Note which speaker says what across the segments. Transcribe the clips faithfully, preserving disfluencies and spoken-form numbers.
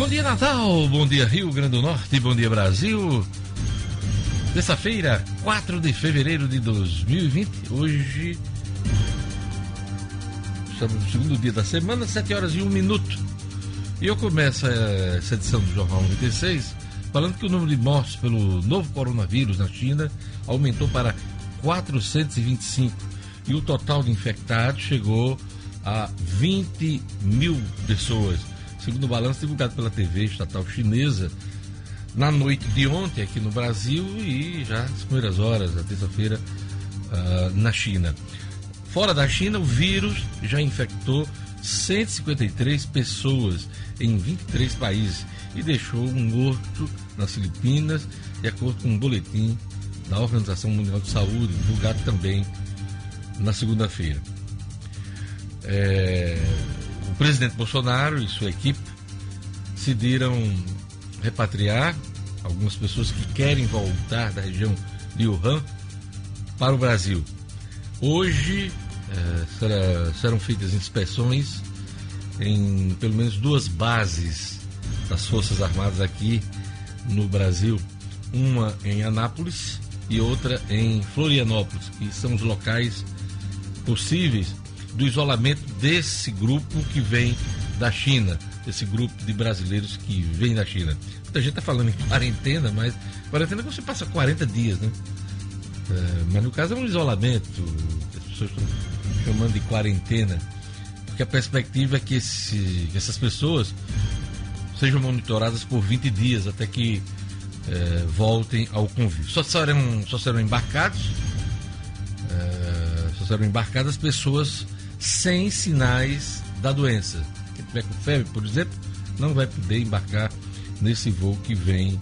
Speaker 1: Bom dia, Natal, bom dia, Rio Grande do Norte, bom dia, Brasil. Terça-feira, quatro de fevereiro de dois mil e vinte, hoje estamos no segundo dia da semana, sete horas e um minuto. E eu começo essa edição do Jornal noventa e seis falando que o número de mortes pelo novo coronavírus na China aumentou para quatrocentos e vinte e cinco e o total de infectados chegou a vinte mil pessoas, segundo o balanço divulgado pela T V estatal chinesa na noite de ontem aqui no Brasil e já nas primeiras horas da terça-feira uh, na China. Fora da China, o vírus já infectou cento e cinquenta e três pessoas em vinte e três países e deixou um morto nas Filipinas, de acordo com um boletim da Organização Mundial de Saúde, divulgado também na segunda-feira. É, o presidente Bolsonaro e sua equipe decidiram repatriar algumas pessoas que querem voltar da região de Wuhan para o Brasil. Hoje é, será, serão feitas inspeções em pelo menos duas bases das Forças Armadas aqui no Brasil, uma em Anápolis e outra em Florianópolis, que são os locais possíveis do isolamento desse grupo que vem da China, esse grupo de brasileiros que vem da China. Muita gente está falando em quarentena, mas quarentena você passa quarenta dias, né? É, mas no caso é um isolamento, as pessoas estão chamando de quarentena, porque a perspectiva é que, esse, que essas pessoas sejam monitoradas por vinte dias até que é, voltem ao convívio. Só serão, só serão embarcados, é, só serão embarcadas pessoas sem sinais da doença. Quem tiver com febre, por exemplo, não vai poder embarcar nesse voo que vem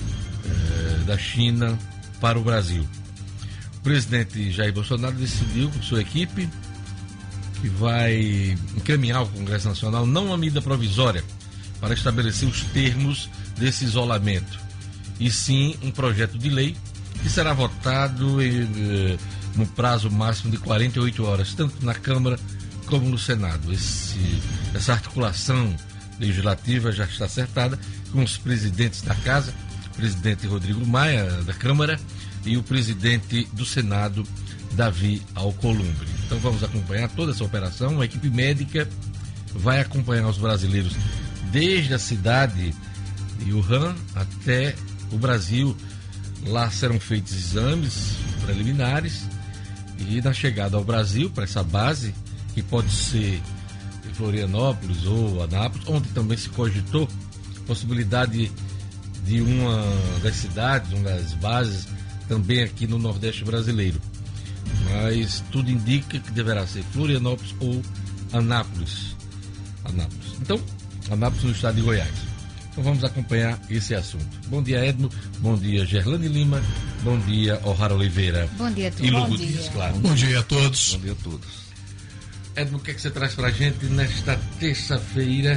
Speaker 1: é, da China para o Brasil. O presidente Jair Bolsonaro decidiu com sua equipe que vai encaminhar ao Congresso Nacional não uma medida provisória para estabelecer os termos desse isolamento, e sim um projeto de lei que será votado eh, no prazo máximo de quarenta e oito horas, tanto na Câmara como no Senado. Esse, essa articulação legislativa já está acertada com os presidentes da Casa, o presidente Rodrigo Maia, da Câmara, e o presidente do Senado, Davi Alcolumbre. Então vamos acompanhar toda essa operação. A equipe médica vai acompanhar os brasileiros desde a cidade de Wuhan até o Brasil. Lá serão feitos exames preliminares e na chegada ao Brasil, para essa base, que pode ser em Florianópolis ou Anápolis, onde também se cogitou a possibilidade de uma das cidades, uma das bases, também aqui no Nordeste brasileiro. Mas tudo indica que deverá ser Florianópolis ou Anápolis. Anápolis. Então, Anápolis no estado de Goiás. Então vamos acompanhar esse assunto. Bom dia, Edmo. Bom dia, Gerlane Lima. Bom dia, O'Hara Oliveira.
Speaker 2: Bom dia a todos.
Speaker 1: E Lugo Dias, claro.
Speaker 3: Bom dia a todos.
Speaker 1: Bom dia a todos. Edmo, o que é que você traz pra gente nesta terça-feira,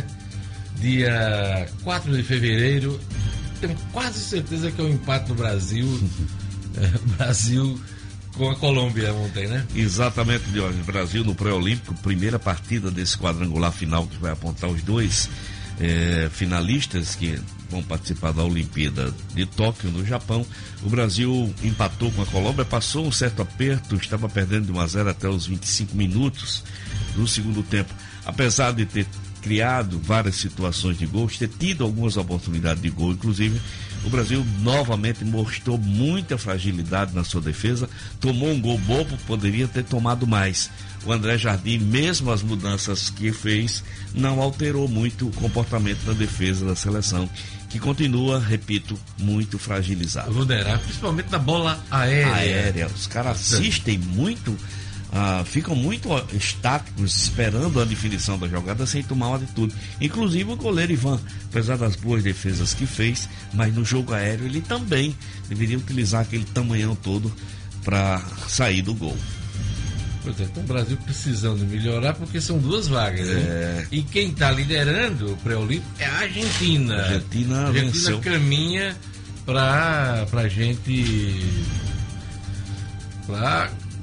Speaker 1: dia quatro de fevereiro? Tenho quase certeza que é um empate no Brasil. é, Brasil com a Colômbia ontem, né?
Speaker 4: Exatamente, Diógenes. Brasil no pré-olímpico, primeira partida desse quadrangular final que vai apontar os dois é, finalistas que vão participar da Olimpíada de Tóquio, no Japão. O Brasil empatou com a Colômbia, passou um certo aperto, estava perdendo de um a zero até os vinte e cinco minutos do segundo tempo. Apesar de ter criado várias situações de gols, ter tido algumas oportunidades de gol, inclusive, o Brasil novamente mostrou muita fragilidade na sua defesa, tomou um gol bobo, poderia ter tomado mais. O André Jardim, mesmo as mudanças que fez, não alterou muito o comportamento da defesa da seleção, que continua, repito, muito fragilizado.
Speaker 1: Vulnerável, principalmente na bola aérea.
Speaker 4: Aérea. Os caras assistem muito, ah, ficam muito estáticos, esperando a definição da jogada sem tomar uma atitude. Inclusive o goleiro Ivan, apesar das boas defesas que fez, mas no jogo aéreo ele também deveria utilizar aquele tamanhão todo para sair do gol.
Speaker 1: Pois é, então o Brasil precisando melhorar, porque são duas vagas, né?
Speaker 4: É...
Speaker 1: E quem está liderando o pré-olímpico é a Argentina.
Speaker 4: A Argentina,
Speaker 1: a Argentina
Speaker 4: venceu.
Speaker 1: Caminha para a gente... Pra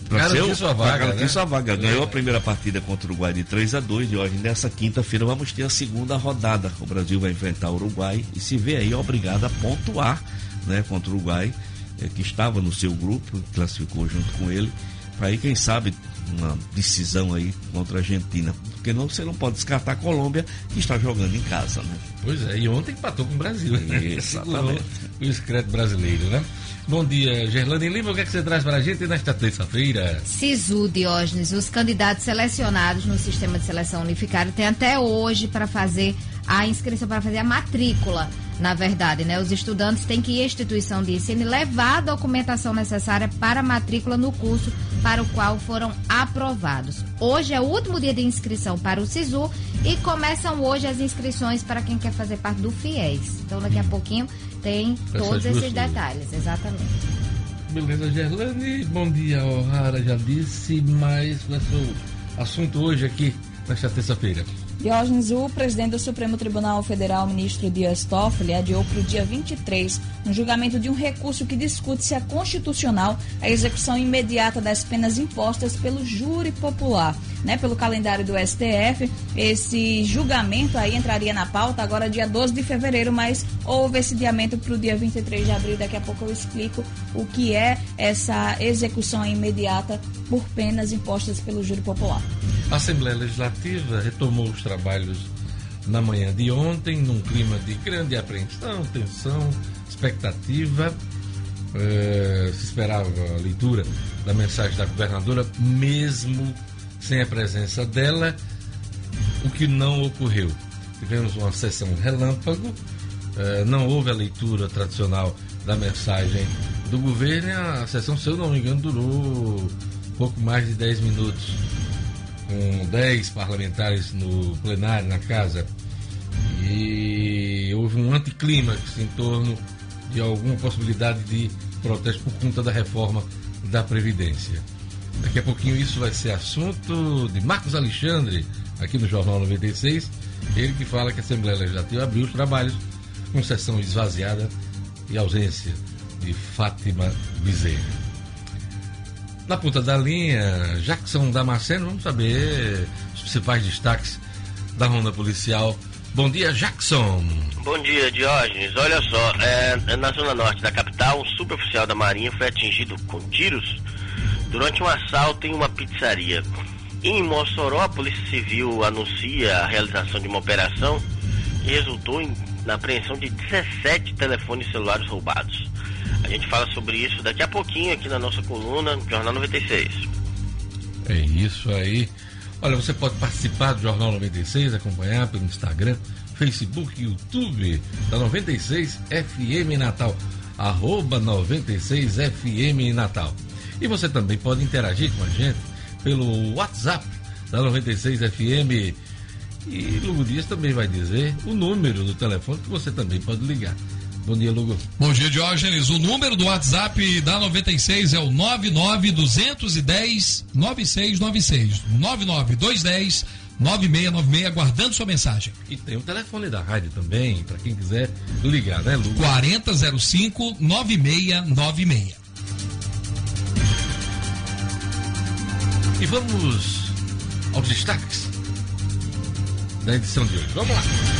Speaker 4: Para
Speaker 1: garantir sua vaga,
Speaker 4: garantir
Speaker 1: né?
Speaker 4: sua vaga. Ganhou a primeira partida contra o Uruguai de três a dois e hoje, nessa quinta-feira, vamos ter a segunda rodada. O Brasil vai enfrentar o Uruguai e se vê aí obrigado a pontuar, né, contra o Uruguai, eh, que estava no seu grupo, classificou junto com ele, para aí, quem sabe, uma decisão aí contra a Argentina. Porque não, você não pode descartar a Colômbia, que está jogando em casa, né?
Speaker 1: Pois é, e ontem empatou com o Brasil.
Speaker 4: Exatamente.
Speaker 1: O discreto brasileiro, né? Bom dia, Gerlane Lima, o que é que você traz para a gente nesta terça-feira?
Speaker 2: Sisu, Diógenes, os candidatos selecionados no sistema de seleção unificado têm até hoje para fazer a inscrição, para fazer a matrícula. Na verdade, né? Os estudantes têm que ir à instituição de ensino e levar a documentação necessária para a matrícula no curso para o qual foram aprovados. Hoje é o último dia de inscrição para o Sisu e começam hoje as inscrições para quem quer fazer parte do FIES. Então, daqui a pouquinho tem todos esses detalhes, exatamente.
Speaker 1: Beleza, Gerlane. Bom dia, O'Hara já disse, mas qual é o seu assunto hoje aqui nesta terça-feira?
Speaker 3: Diógenes, o presidente do Supremo Tribunal Federal, ministro Dias Toffoli, adiou para o dia vinte e três um julgamento de um recurso que discute se é constitucional a execução imediata das penas impostas pelo júri popular. Né, pelo calendário do S T F, esse julgamento aí entraria na pauta agora dia doze de fevereiro, mas houve esse adiamento para o dia vinte e três de abril. Daqui a pouco eu explico o que é essa execução imediata por penas impostas pelo júri popular.
Speaker 1: A Assembleia Legislativa retomou os trabalhos na manhã de ontem, num clima de grande apreensão, tensão, expectativa. É, se esperava a leitura da mensagem da governadora, mesmo sem a presença dela, o que não ocorreu. Tivemos uma sessão relâmpago, eh, não houve a leitura tradicional da mensagem do governo. A sessão, se eu não me engano, durou pouco mais de dez minutos, com dez parlamentares no plenário, na casa, e houve um anticlímax em torno de alguma possibilidade de protesto por conta da reforma da Previdência. Daqui a pouquinho isso vai ser assunto de Marcos Alexandre, aqui no Jornal noventa e seis. Ele que fala que a Assembleia Legislativa abriu os trabalhos com sessão esvaziada e ausência de Fátima Bezerra. Na ponta da linha, Jackson Damasceno, vamos saber os principais destaques da ronda policial. Bom dia, Jackson.
Speaker 5: Bom dia, Diógenes. Olha só, é, na zona norte da capital, um suboficial da Marinha foi atingido com tiros durante um assalto em uma pizzaria. Em Mossoró, a Polícia Civil anuncia a realização de uma operação que resultou em, na apreensão de dezessete telefones celulares roubados. A gente fala sobre isso daqui a pouquinho aqui na nossa coluna, Jornal noventa e seis.
Speaker 1: É isso aí. Olha, você pode participar do Jornal noventa e seis, acompanhar pelo Instagram, Facebook, YouTube da noventa e seis F M Natal, arroba noventa e seis F M Natal. E você também pode interagir com a gente pelo WhatsApp da noventa e seis F M. E Lugo Dias também vai dizer o número do telefone que você também pode ligar. Bom dia, Lugo.
Speaker 6: Bom dia, Diógenes. O número do WhatsApp da noventa e seis é o nove nove um dois um zero nove seis nove seis. nove nove dois um zero nove seis nove seis, aguardando sua mensagem.
Speaker 1: E tem o telefone da rádio também, para quem quiser ligar, né, Lugo?
Speaker 6: quarenta zero cinco nove seis nove seis.
Speaker 1: E vamos aos destaques da edição de hoje. Vamos lá.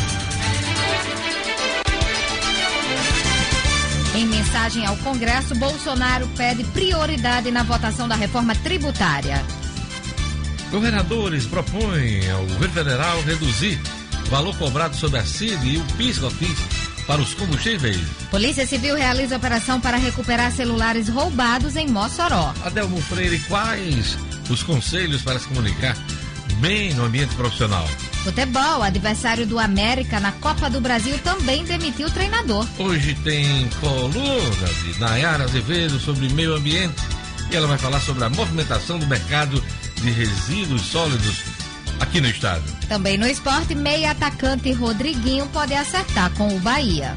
Speaker 2: Em mensagem ao Congresso, Bolsonaro pede prioridade na votação da reforma tributária.
Speaker 1: Governadores propõem ao governo federal reduzir o valor cobrado sobre a C I D e o PIS/COFINS para os combustíveis.
Speaker 2: Polícia Civil realiza operação para recuperar celulares roubados em Mossoró.
Speaker 1: Adelmo Freire, quais os conselhos para se comunicar bem no ambiente profissional?
Speaker 2: Futebol, adversário do América na Copa do Brasil, também demitiu o treinador.
Speaker 1: Hoje tem coluna de Nayara Azevedo sobre meio ambiente e ela vai falar sobre a movimentação do mercado de resíduos sólidos aqui no estado.
Speaker 2: Também no esporte, meia atacante Rodriguinho pode acertar com o Bahia.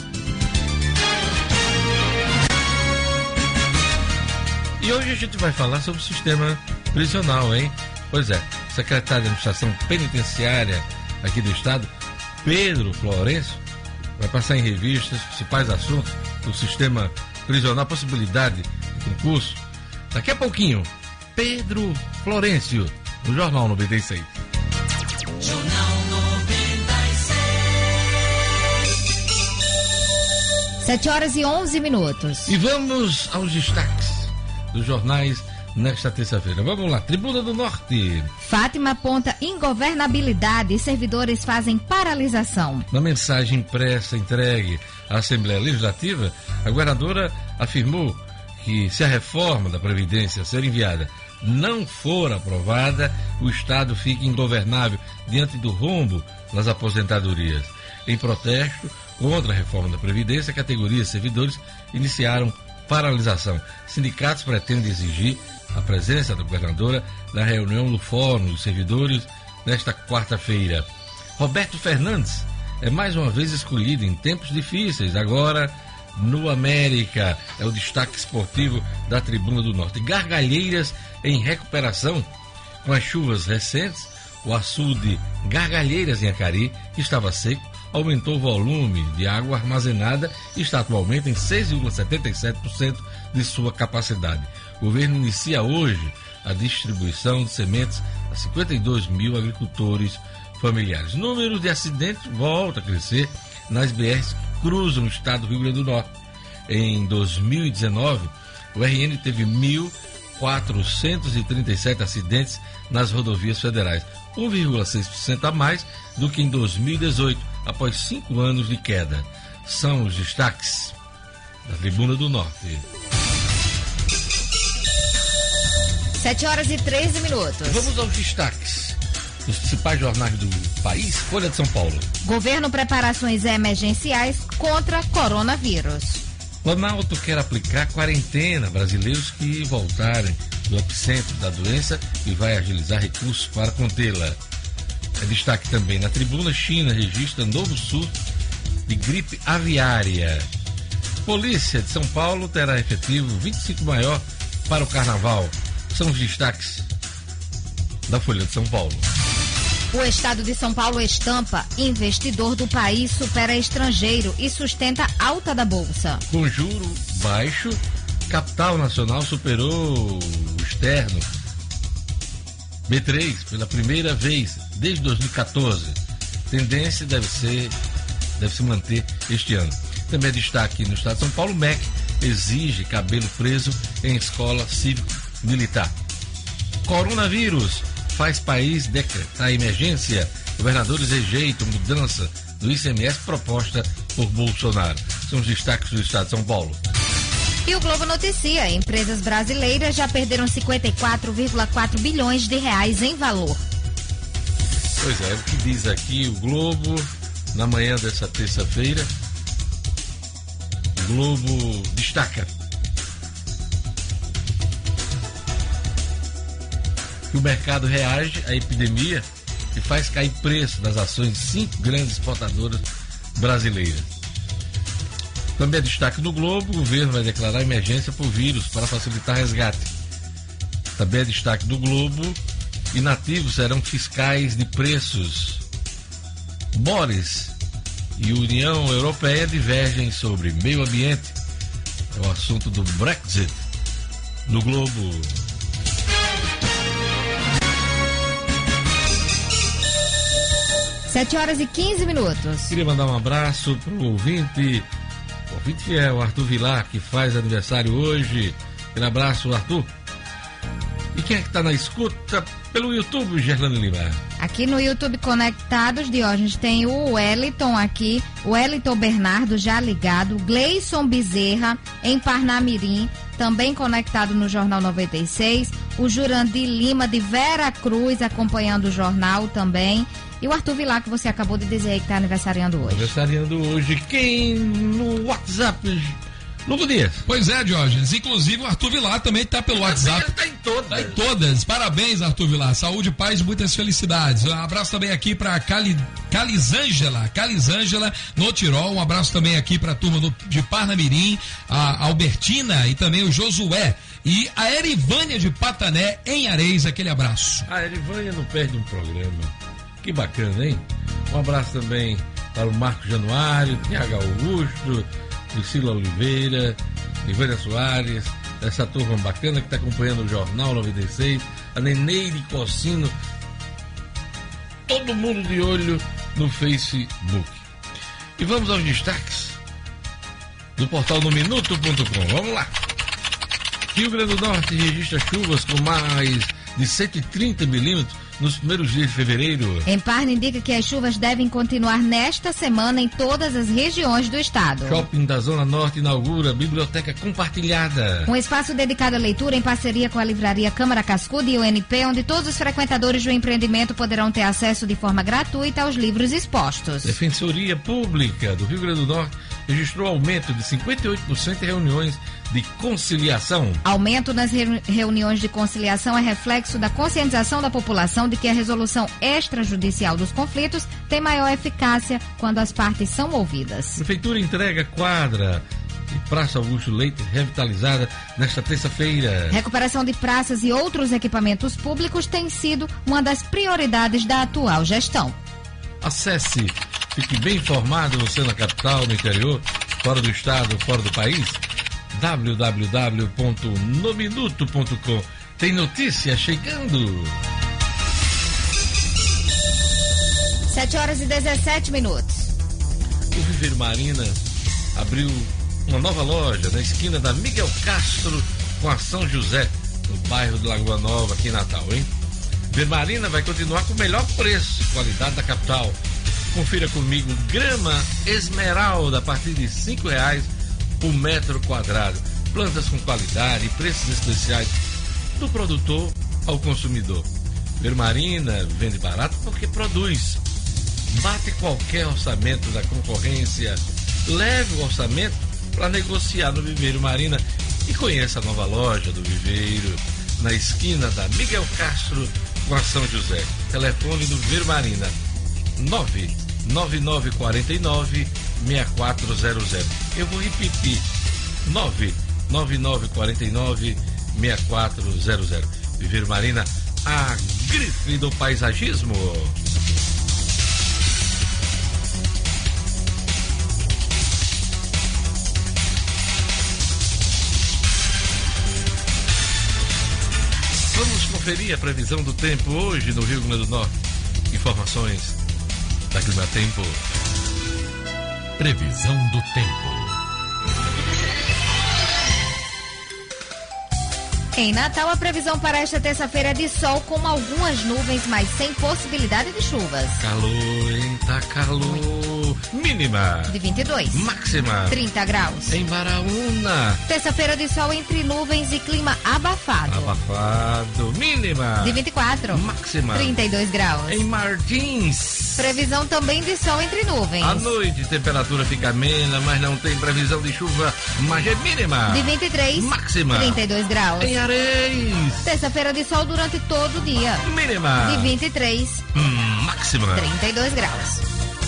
Speaker 1: E hoje a gente vai falar sobre o sistema prisional, hein? Pois é, secretário de Administração Penitenciária aqui do estado, Pedro Florencio, vai passar em revista os principais assuntos do sistema prisional, possibilidade de concurso. Daqui a pouquinho, Pedro Florencio, no Jornal noventa e seis.
Speaker 7: Jornal noventa e seis.
Speaker 2: sete horas e onze minutos.
Speaker 1: E vamos aos destaques dos jornais nesta terça-feira. Vamos lá, Tribuna do Norte.
Speaker 2: Fátima aponta ingovernabilidade e servidores fazem paralisação.
Speaker 1: Na mensagem impressa entregue à Assembleia Legislativa, a governadora afirmou que se a reforma da Previdência ser enviada não for aprovada, o Estado fica ingovernável diante do rombo nas aposentadorias. Em protesto contra a reforma da Previdência, categorias de servidores iniciaram paralisação. Sindicatos pretendem exigir a presença da governadora na reunião do Fórum dos Servidores nesta quarta-feira. Roberto Fernandes é mais uma vez escolhido em tempos difíceis, agora no América. É o destaque esportivo da Tribuna do Norte. Gargalheiras em recuperação. Com as chuvas recentes, o açude Gargalheiras em Acari, que estava seco, aumentou o volume de água armazenada e está atualmente em seis vírgula setenta e sete por cento de sua capacidade. O governo inicia hoje a distribuição de sementes a cinquenta e dois mil agricultores familiares. Número de acidentes volta a crescer nas B Rs que cruzam o estado do Rio Grande do Norte. Em dois mil e dezenove, o R N teve mil quatrocentos e trinta e sete acidentes nas rodovias federais, um vírgula seis por cento a mais do que em dois mil e dezoito, após cinco anos de queda. São os destaques da Tribuna do Norte.
Speaker 2: sete horas e treze minutos.
Speaker 1: Vamos aos destaques dos principais jornais do país. Folha de São Paulo.
Speaker 2: Governo prepara ações emergenciais contra coronavírus.
Speaker 1: Planalto quer aplicar quarentena a brasileiros que voltarem do epicentro da doença e vai agilizar recursos para contê-la. É destaque também na Tribuna. China registra novo surto de gripe aviária. Polícia de São Paulo terá efetivo vinte e cinco maior para o carnaval. São os destaques da Folha de São Paulo.
Speaker 2: O estado de São Paulo estampa: investidor do país supera estrangeiro e sustenta alta da bolsa.
Speaker 1: Com juro baixo, capital nacional superou o externo B três pela primeira vez desde dois mil e quatorze. Tendência deve ser deve se manter este ano. Também é destaque no estado de São Paulo: M E C exige cabelo preso em escola cívico-militar. Coronavírus faz país decretar emergência. Governadores rejeitam mudança do I C M S proposta por Bolsonaro. São os destaques do estado de São Paulo.
Speaker 2: E o Globo noticia: empresas brasileiras já perderam cinquenta e quatro vírgula quatro bilhões de reais em valor.
Speaker 1: Pois é, o que diz aqui o Globo na manhã dessa terça-feira. O Globo destaca que o mercado reage à epidemia e faz cair preço das ações de cinco grandes exportadoras brasileiras. Também é destaque no Globo: o governo vai declarar emergência por vírus para facilitar resgate. Também é destaque do Globo: inativos serão fiscais de preços. Boris e União Europeia divergem sobre meio ambiente. É o assunto do Brexit no Globo.
Speaker 2: sete horas e quinze minutos.
Speaker 1: Queria mandar um abraço para o ouvinte, ouvinte fiel, Arthur Vilar, que faz aniversário hoje. Um abraço, Arthur. E quem é que está na escuta pelo YouTube, Gerlane Lima?
Speaker 2: Aqui no YouTube Conectados, Diógenes, tem o Wellington aqui, o Wellington Bernardo já ligado, Gleison Bezerra em Parnamirim, também conectado no Jornal noventa e seis, o Jurandir Lima de Vera Cruz acompanhando o jornal também, e o Arthur Vilar, que você acabou de dizer que está aniversariando hoje.
Speaker 1: Aniversariando hoje. Quem no WhatsApp? Lugo Dias.
Speaker 6: Pois é, Diógenes. Inclusive o Arthur Vilar também está pelo WhatsApp.
Speaker 1: Está em todas.
Speaker 6: Está em todas. Parabéns, Arthur Vilar. Saúde, paz e muitas felicidades. Um abraço também aqui para Cali, Calisângela. Calisângela no Tirol. Um abraço também aqui para a turma do, de Parnamirim, a Albertina e também o Josué. E a Erivânia de Patané, em Areis. Aquele abraço.
Speaker 1: A Erivânia não perde um programa. Que bacana, hein? Um abraço também para o Marco Januário, Tiago Augusto, Priscila Oliveira, Ivânia Soares, essa turma bacana que está acompanhando o Jornal noventa e seis, a Neneide Cocino, todo mundo de olho no Facebook. E vamos aos destaques do portal no minuto ponto com. Vamos lá. Rio Grande do Norte registra chuvas com mais de cento e trinta milímetros nos primeiros dias de fevereiro.
Speaker 2: Emparna indica que as chuvas devem continuar nesta semana em todas as regiões do estado.
Speaker 1: Shopping da Zona Norte inaugura biblioteca compartilhada.
Speaker 2: Um espaço dedicado à leitura em parceria com a livraria Câmara Cascuda e o U N P, onde todos os frequentadores do empreendimento poderão ter acesso de forma gratuita aos livros expostos.
Speaker 1: Defensoria Pública do Rio Grande do Norte registrou aumento de cinquenta e oito por cento em reuniões de conciliação.
Speaker 2: Aumento nas re- reuniões de conciliação é reflexo da conscientização da população de que a resolução extrajudicial dos conflitos tem maior eficácia quando as partes são ouvidas.
Speaker 1: Prefeitura entrega quadra e Praça Augusto Leite revitalizada nesta terça-feira.
Speaker 2: Recuperação de praças e outros equipamentos públicos tem sido uma das prioridades da atual gestão.
Speaker 1: Acesse, fique bem informado, você na capital, no interior, fora do estado, fora do país. w w w ponto no minuto ponto com. Tem notícia chegando.
Speaker 2: sete horas e dezessete minutos.
Speaker 1: O Viveiro Marina abriu uma nova loja na esquina da Miguel Castro com a São José, no bairro de Lagoa Nova, aqui em Natal, hein? Viveiro Marina vai continuar com o melhor preço e qualidade da capital. Confira comigo, grama esmeralda a partir de cinco reais por metro quadrado. Plantas com qualidade e preços especiais do produtor ao consumidor. Viveiro Marina vende barato porque produz. Bate qualquer orçamento da concorrência. Leve o orçamento para negociar no Viveiro Marina e conheça a nova loja do Viveiro na esquina da Miguel Castro com a São José. Telefone do Viveiro Marina nove nove nove quatro nove seis quatro zero zero. Eu vou repetir, nove nove nove quatro nove seis quatro zero zero. Viveiro Marina, a grife do paisagismo. Vamos conferir a previsão do tempo hoje no Rio Grande do Norte. Informações da Climatempo.
Speaker 6: Previsão do tempo.
Speaker 2: Em Natal, a previsão para esta terça-feira é de sol com algumas nuvens, mas sem possibilidade de chuvas.
Speaker 1: Calor, hein? Tá calor. Mínima
Speaker 2: De vinte e dois.
Speaker 1: máxima
Speaker 2: trinta graus.
Speaker 1: em Baraúna.
Speaker 2: Terça-feira de sol entre nuvens e clima abafado.
Speaker 1: Abafado. Mínima
Speaker 2: De vinte e quatro.
Speaker 1: máxima
Speaker 2: trinta e dois graus.
Speaker 1: em Martins.
Speaker 2: Previsão também de sol entre nuvens.
Speaker 1: À noite, temperatura fica amena, mas não tem previsão de chuva, mas é mínima
Speaker 2: De vinte e três.
Speaker 1: máxima
Speaker 2: trinta e dois graus.
Speaker 1: em Areis.
Speaker 2: Terça-feira de sol durante todo o dia.
Speaker 1: Mínima
Speaker 2: De vinte e três.
Speaker 1: hum, máxima
Speaker 2: trinta e dois graus.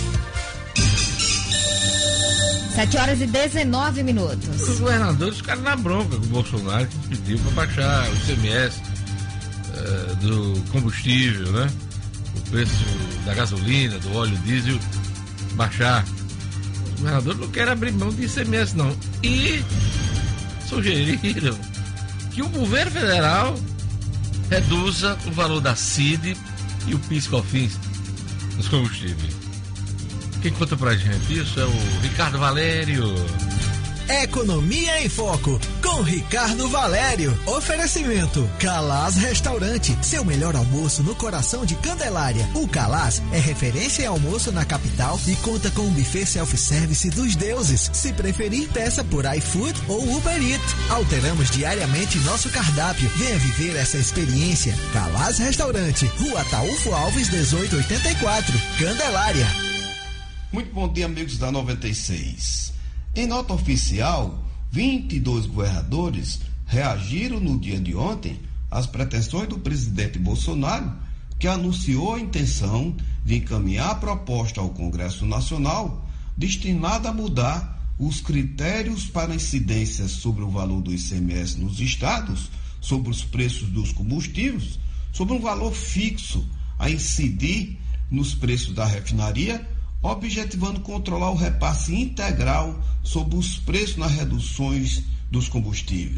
Speaker 2: sete horas e dezenove minutos.
Speaker 1: Os governadores ficaram na bronca com o Bolsonaro, que pediu para baixar o I C M S uh, do combustível, né? O preço da gasolina, do óleo diesel, baixar. Os governadores não querem abrir mão de I C M S, não. E sugeriram que o governo federal reduza o valor da C I D e o PIS/COFINS nos combustíveis. Quem conta pra gente isso é o Ricardo Valério.
Speaker 8: Economia em Foco, com Ricardo Valério. Oferecimento Calaz Restaurante, seu melhor almoço no coração de Candelária. O Calaz é referência em almoço na capital e conta com um buffet self-service dos deuses. Se preferir, peça por iFood ou Uber Eats. Alteramos diariamente nosso cardápio. Venha viver essa experiência. Calaz Restaurante, Rua Ataúfo Alves, dezoito oitenta e quatro, Candelária.
Speaker 9: Muito bom dia, amigos da noventa e seis. Em nota oficial, vinte e dois governadores reagiram no dia de ontem às pretensões do presidente Bolsonaro, que anunciou a intenção de encaminhar a proposta ao Congresso Nacional destinada a mudar os critérios para incidência sobre o valor do I C M S nos estados, sobre os preços dos combustíveis, sobre um valor fixo a incidir nos preços da refinaria, objetivando controlar o repasse integral sobre os preços nas reduções dos combustíveis.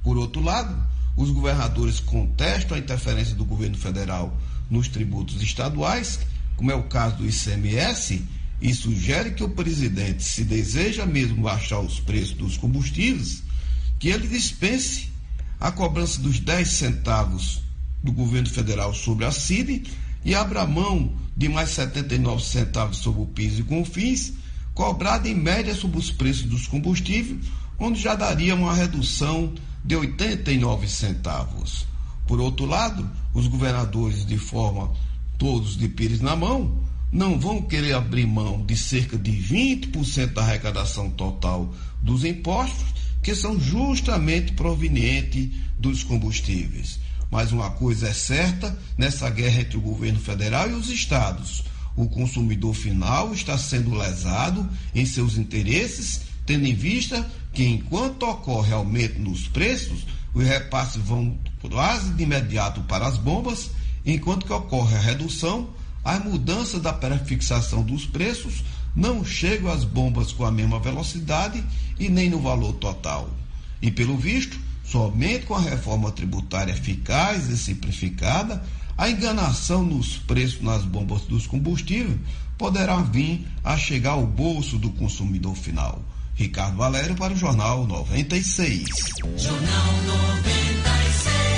Speaker 9: Por outro lado, os governadores contestam a interferência do governo federal nos tributos estaduais, como é o caso do I C M S, e sugere que o presidente, se deseja mesmo baixar os preços dos combustíveis, que ele dispense a cobrança dos dez centavos do governo federal sobre a C I D e abra mão de mais setenta e nove centavos sobre o PIS e CONFINS, cobrado em média sobre os preços dos combustíveis, onde já daria uma redução de oitenta e nove centavos. Por outro lado, os governadores, de forma todos de pires na mão, não vão querer abrir mão de cerca de vinte por cento da arrecadação total dos impostos, que são justamente provenientes dos combustíveis. Mas uma coisa é certa, nessa guerra entre o governo federal e os estados, o consumidor final está sendo lesado em seus interesses, tendo em vista que enquanto ocorre aumento nos preços, os repasses vão quase de imediato para as bombas, enquanto que ocorre a redução, as mudanças da prefixação dos preços não chegam às bombas com a mesma velocidade e nem no valor total. E pelo visto, somente com a reforma tributária eficaz e simplificada, a enganação nos preços nas bombas dos combustíveis poderá vir a chegar ao bolso do consumidor final. Ricardo Valério para o Jornal noventa e seis.
Speaker 7: Jornal noventa e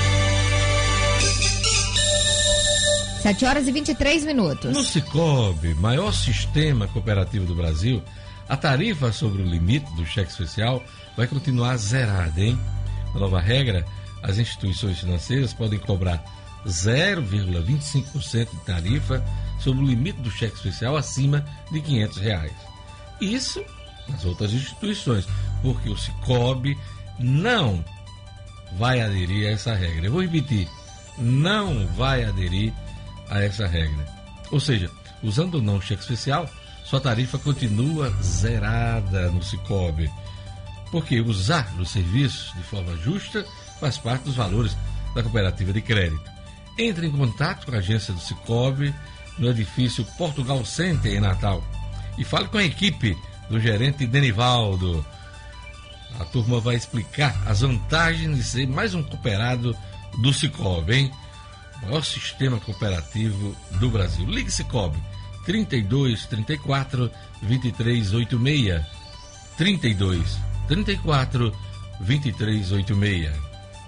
Speaker 7: seis.
Speaker 2: sete horas e vinte e três minutos.
Speaker 1: No Sicoob, maior sistema cooperativo do Brasil, a tarifa sobre o limite do cheque especial vai continuar zerada, hein? Na nova regra, as instituições financeiras podem cobrar zero vírgula vinte e cinco por cento de tarifa sobre o limite do cheque especial acima de quinhentos reais. Isso nas outras instituições, porque o Sicoob não vai aderir a essa regra. Eu vou repetir, não vai aderir a essa regra. Ou seja, usando ou não o cheque especial, sua tarifa continua zerada no Sicoob, porque usar os serviços de forma justa faz parte dos valores da cooperativa de crédito. Entre em contato com a agência do Sicoob no edifício Portugal Center em Natal e fale com a equipe do gerente Denivaldo. A turma vai explicar as vantagens de ser mais um cooperado do Sicoob, hein? O maior sistema cooperativo do Brasil. Ligue Sicoob trinta e dois, trinta e quatro, vinte e três oitenta e seis. trinta e dois, trinta e quatro, vinte e três oitenta e seis.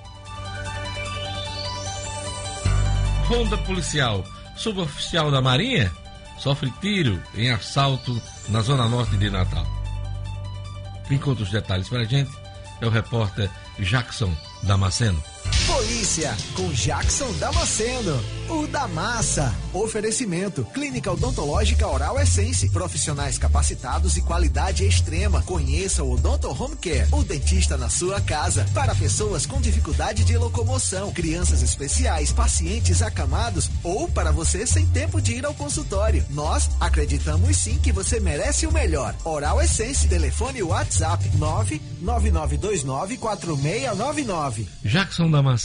Speaker 1: Ronda policial. Suboficial da Marinha sofre tiro em assalto na zona norte de Natal. Quem conta os detalhes para a gente é o repórter Jackson Damasceno.
Speaker 8: Polícia com Jackson Damasceno, o da massa. Oferecimento: Clínica Odontológica Oral Essence, profissionais capacitados e qualidade extrema. Conheça o Odonto Home Care, o dentista na sua casa, para pessoas com dificuldade de locomoção, crianças especiais, pacientes acamados ou para você sem tempo de ir ao consultório. Nós acreditamos sim que você merece o melhor. Oral Essence, telefone WhatsApp nove nove nove dois nove quatro seis nove nove.
Speaker 1: Jackson Damasceno.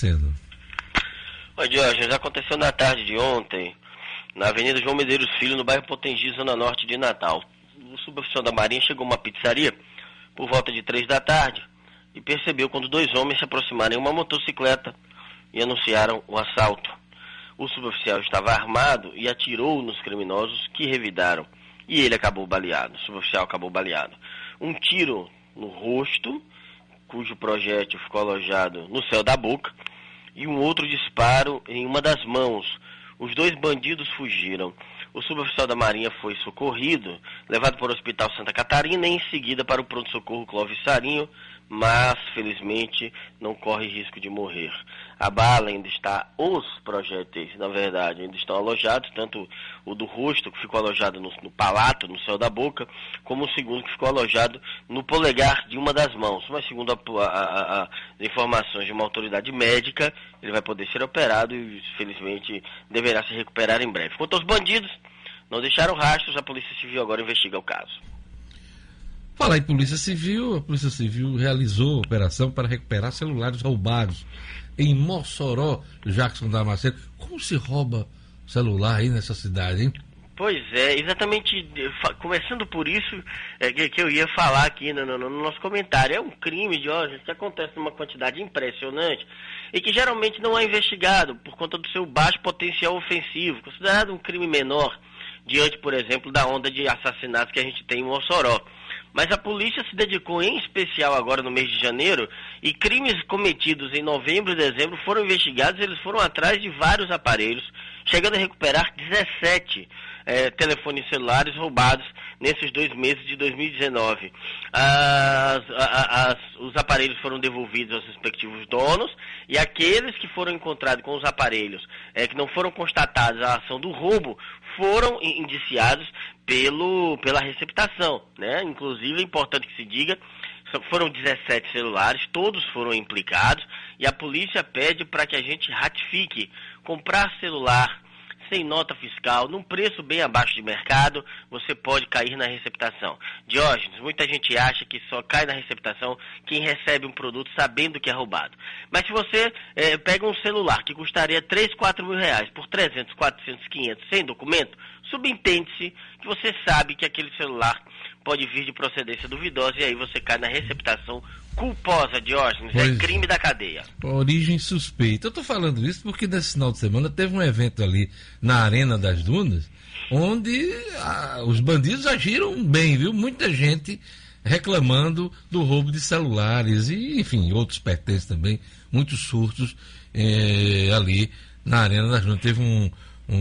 Speaker 5: Oi, Diógenes, aconteceu na tarde de ontem, na Avenida João Medeiros Filho, no bairro Potengi, zona norte de Natal. O suboficial da Marinha chegou a uma pizzaria por volta de três da tarde e percebeu quando dois homens se aproximaram em uma motocicleta e anunciaram o assalto. O suboficial estava armado e atirou nos criminosos, que revidaram, e ele acabou baleado. O suboficial acabou baleado. Um tiro no rosto, cujo projétil ficou alojado no céu da boca, e um outro disparo em uma das mãos. Os dois bandidos fugiram. O suboficial da Marinha foi socorrido, levado para o Hospital Santa Catarina e em seguida para o pronto-socorro Clóvis Sarinho, mas, felizmente, não corre risco de morrer. A bala ainda está, os projéteis, na verdade, ainda estão alojados, tanto o do rosto, que ficou alojado no, no palato, no céu da boca, como o segundo, que ficou alojado no polegar de uma das mãos. Mas, segundo a, a, a, as informações de uma autoridade médica, ele vai poder ser operado e, felizmente, deverá se recuperar em breve. Quanto aos bandidos, não deixaram rastros, a Polícia Civil agora investiga o caso.
Speaker 1: Falar em Polícia Civil, a Polícia Civil realizou operação para recuperar celulares roubados em Mossoró, Jackson Damasceno. Como se rouba celular aí nessa cidade, hein?
Speaker 5: Pois é, exatamente, começando por isso é, que, que eu ia falar aqui no, no, no nosso comentário. É um crime, Diógenes, que acontece numa quantidade impressionante e que geralmente não é investigado por conta do seu baixo potencial ofensivo, considerado um crime menor diante, por exemplo, da onda de assassinatos que a gente tem em Mossoró. Mas a polícia se dedicou em especial agora no mês de janeiro e crimes cometidos em novembro e dezembro foram investigados. Eles foram atrás de vários aparelhos, chegando a recuperar dezessete é, telefones celulares roubados nesses dois meses de dois mil e dezenove. As, as, os aparelhos foram devolvidos aos respectivos donos e aqueles que foram encontrados com os aparelhos é, que não foram constatados a ação do roubo foram indiciados pelo, pela receptação, né? Inclusive, é importante que se diga, foram dezessete celulares, todos foram implicados, e a polícia pede para que a gente ratifique. Comprar celular sem nota fiscal, num preço bem abaixo de mercado, você pode cair na receptação. Diógenes, muita gente acha que só cai na receptação quem recebe um produto sabendo que é roubado. Mas se você é, pega um celular que custaria três, quatro mil reais por trezentos, quatrocentos, quinhentos, sem documento, subentende-se que você sabe que aquele celular pode vir de procedência duvidosa e aí você cai na receptação culposa, Diógenes. Pois é crime da cadeia.
Speaker 1: Origem suspeita. Eu estou falando isso porque nesse final de semana teve um evento ali na Arena das Dunas, onde ah, os bandidos agiram bem, viu? Muita gente reclamando do roubo de celulares e, enfim, outros pertences também, muitos surtos eh, ali na Arena das Dunas. Teve um Um,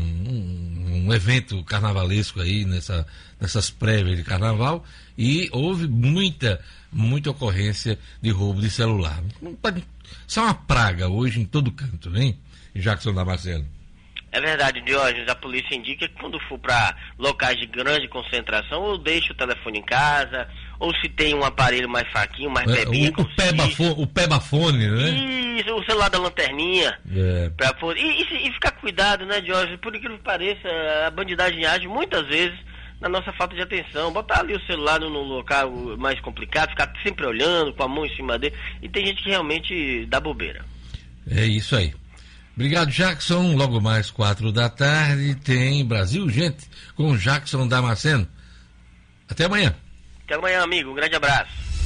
Speaker 1: um, um evento carnavalesco aí nessa, nessas prévias de carnaval e houve muita, muita ocorrência de roubo de celular. Isso é uma praga hoje em todo canto, hein, Jackson Damasceno?
Speaker 5: É verdade, Diógenes. A polícia indica que quando for para locais de grande concentração, ou deixa o telefone em casa, ou se tem um aparelho mais fraquinho, mais
Speaker 1: é,
Speaker 5: bebinho.
Speaker 1: O, o, pebafone, o pebafone, né?
Speaker 5: Isso, o celular da lanterninha.
Speaker 1: É.
Speaker 5: Pra, e, e, e ficar cuidado, né, Diógenes? Por incrível que pareça, a bandidagem age muitas vezes na nossa falta de atenção. Botar ali o celular no, no local mais complicado, ficar sempre olhando, com a mão em cima dele. E tem gente que realmente dá bobeira.
Speaker 1: É isso aí. Obrigado, Jackson. Logo mais quatro da tarde tem Brasil Gente com Jackson Damasceno. Até amanhã.
Speaker 5: Até amanhã, amigo. Um grande abraço.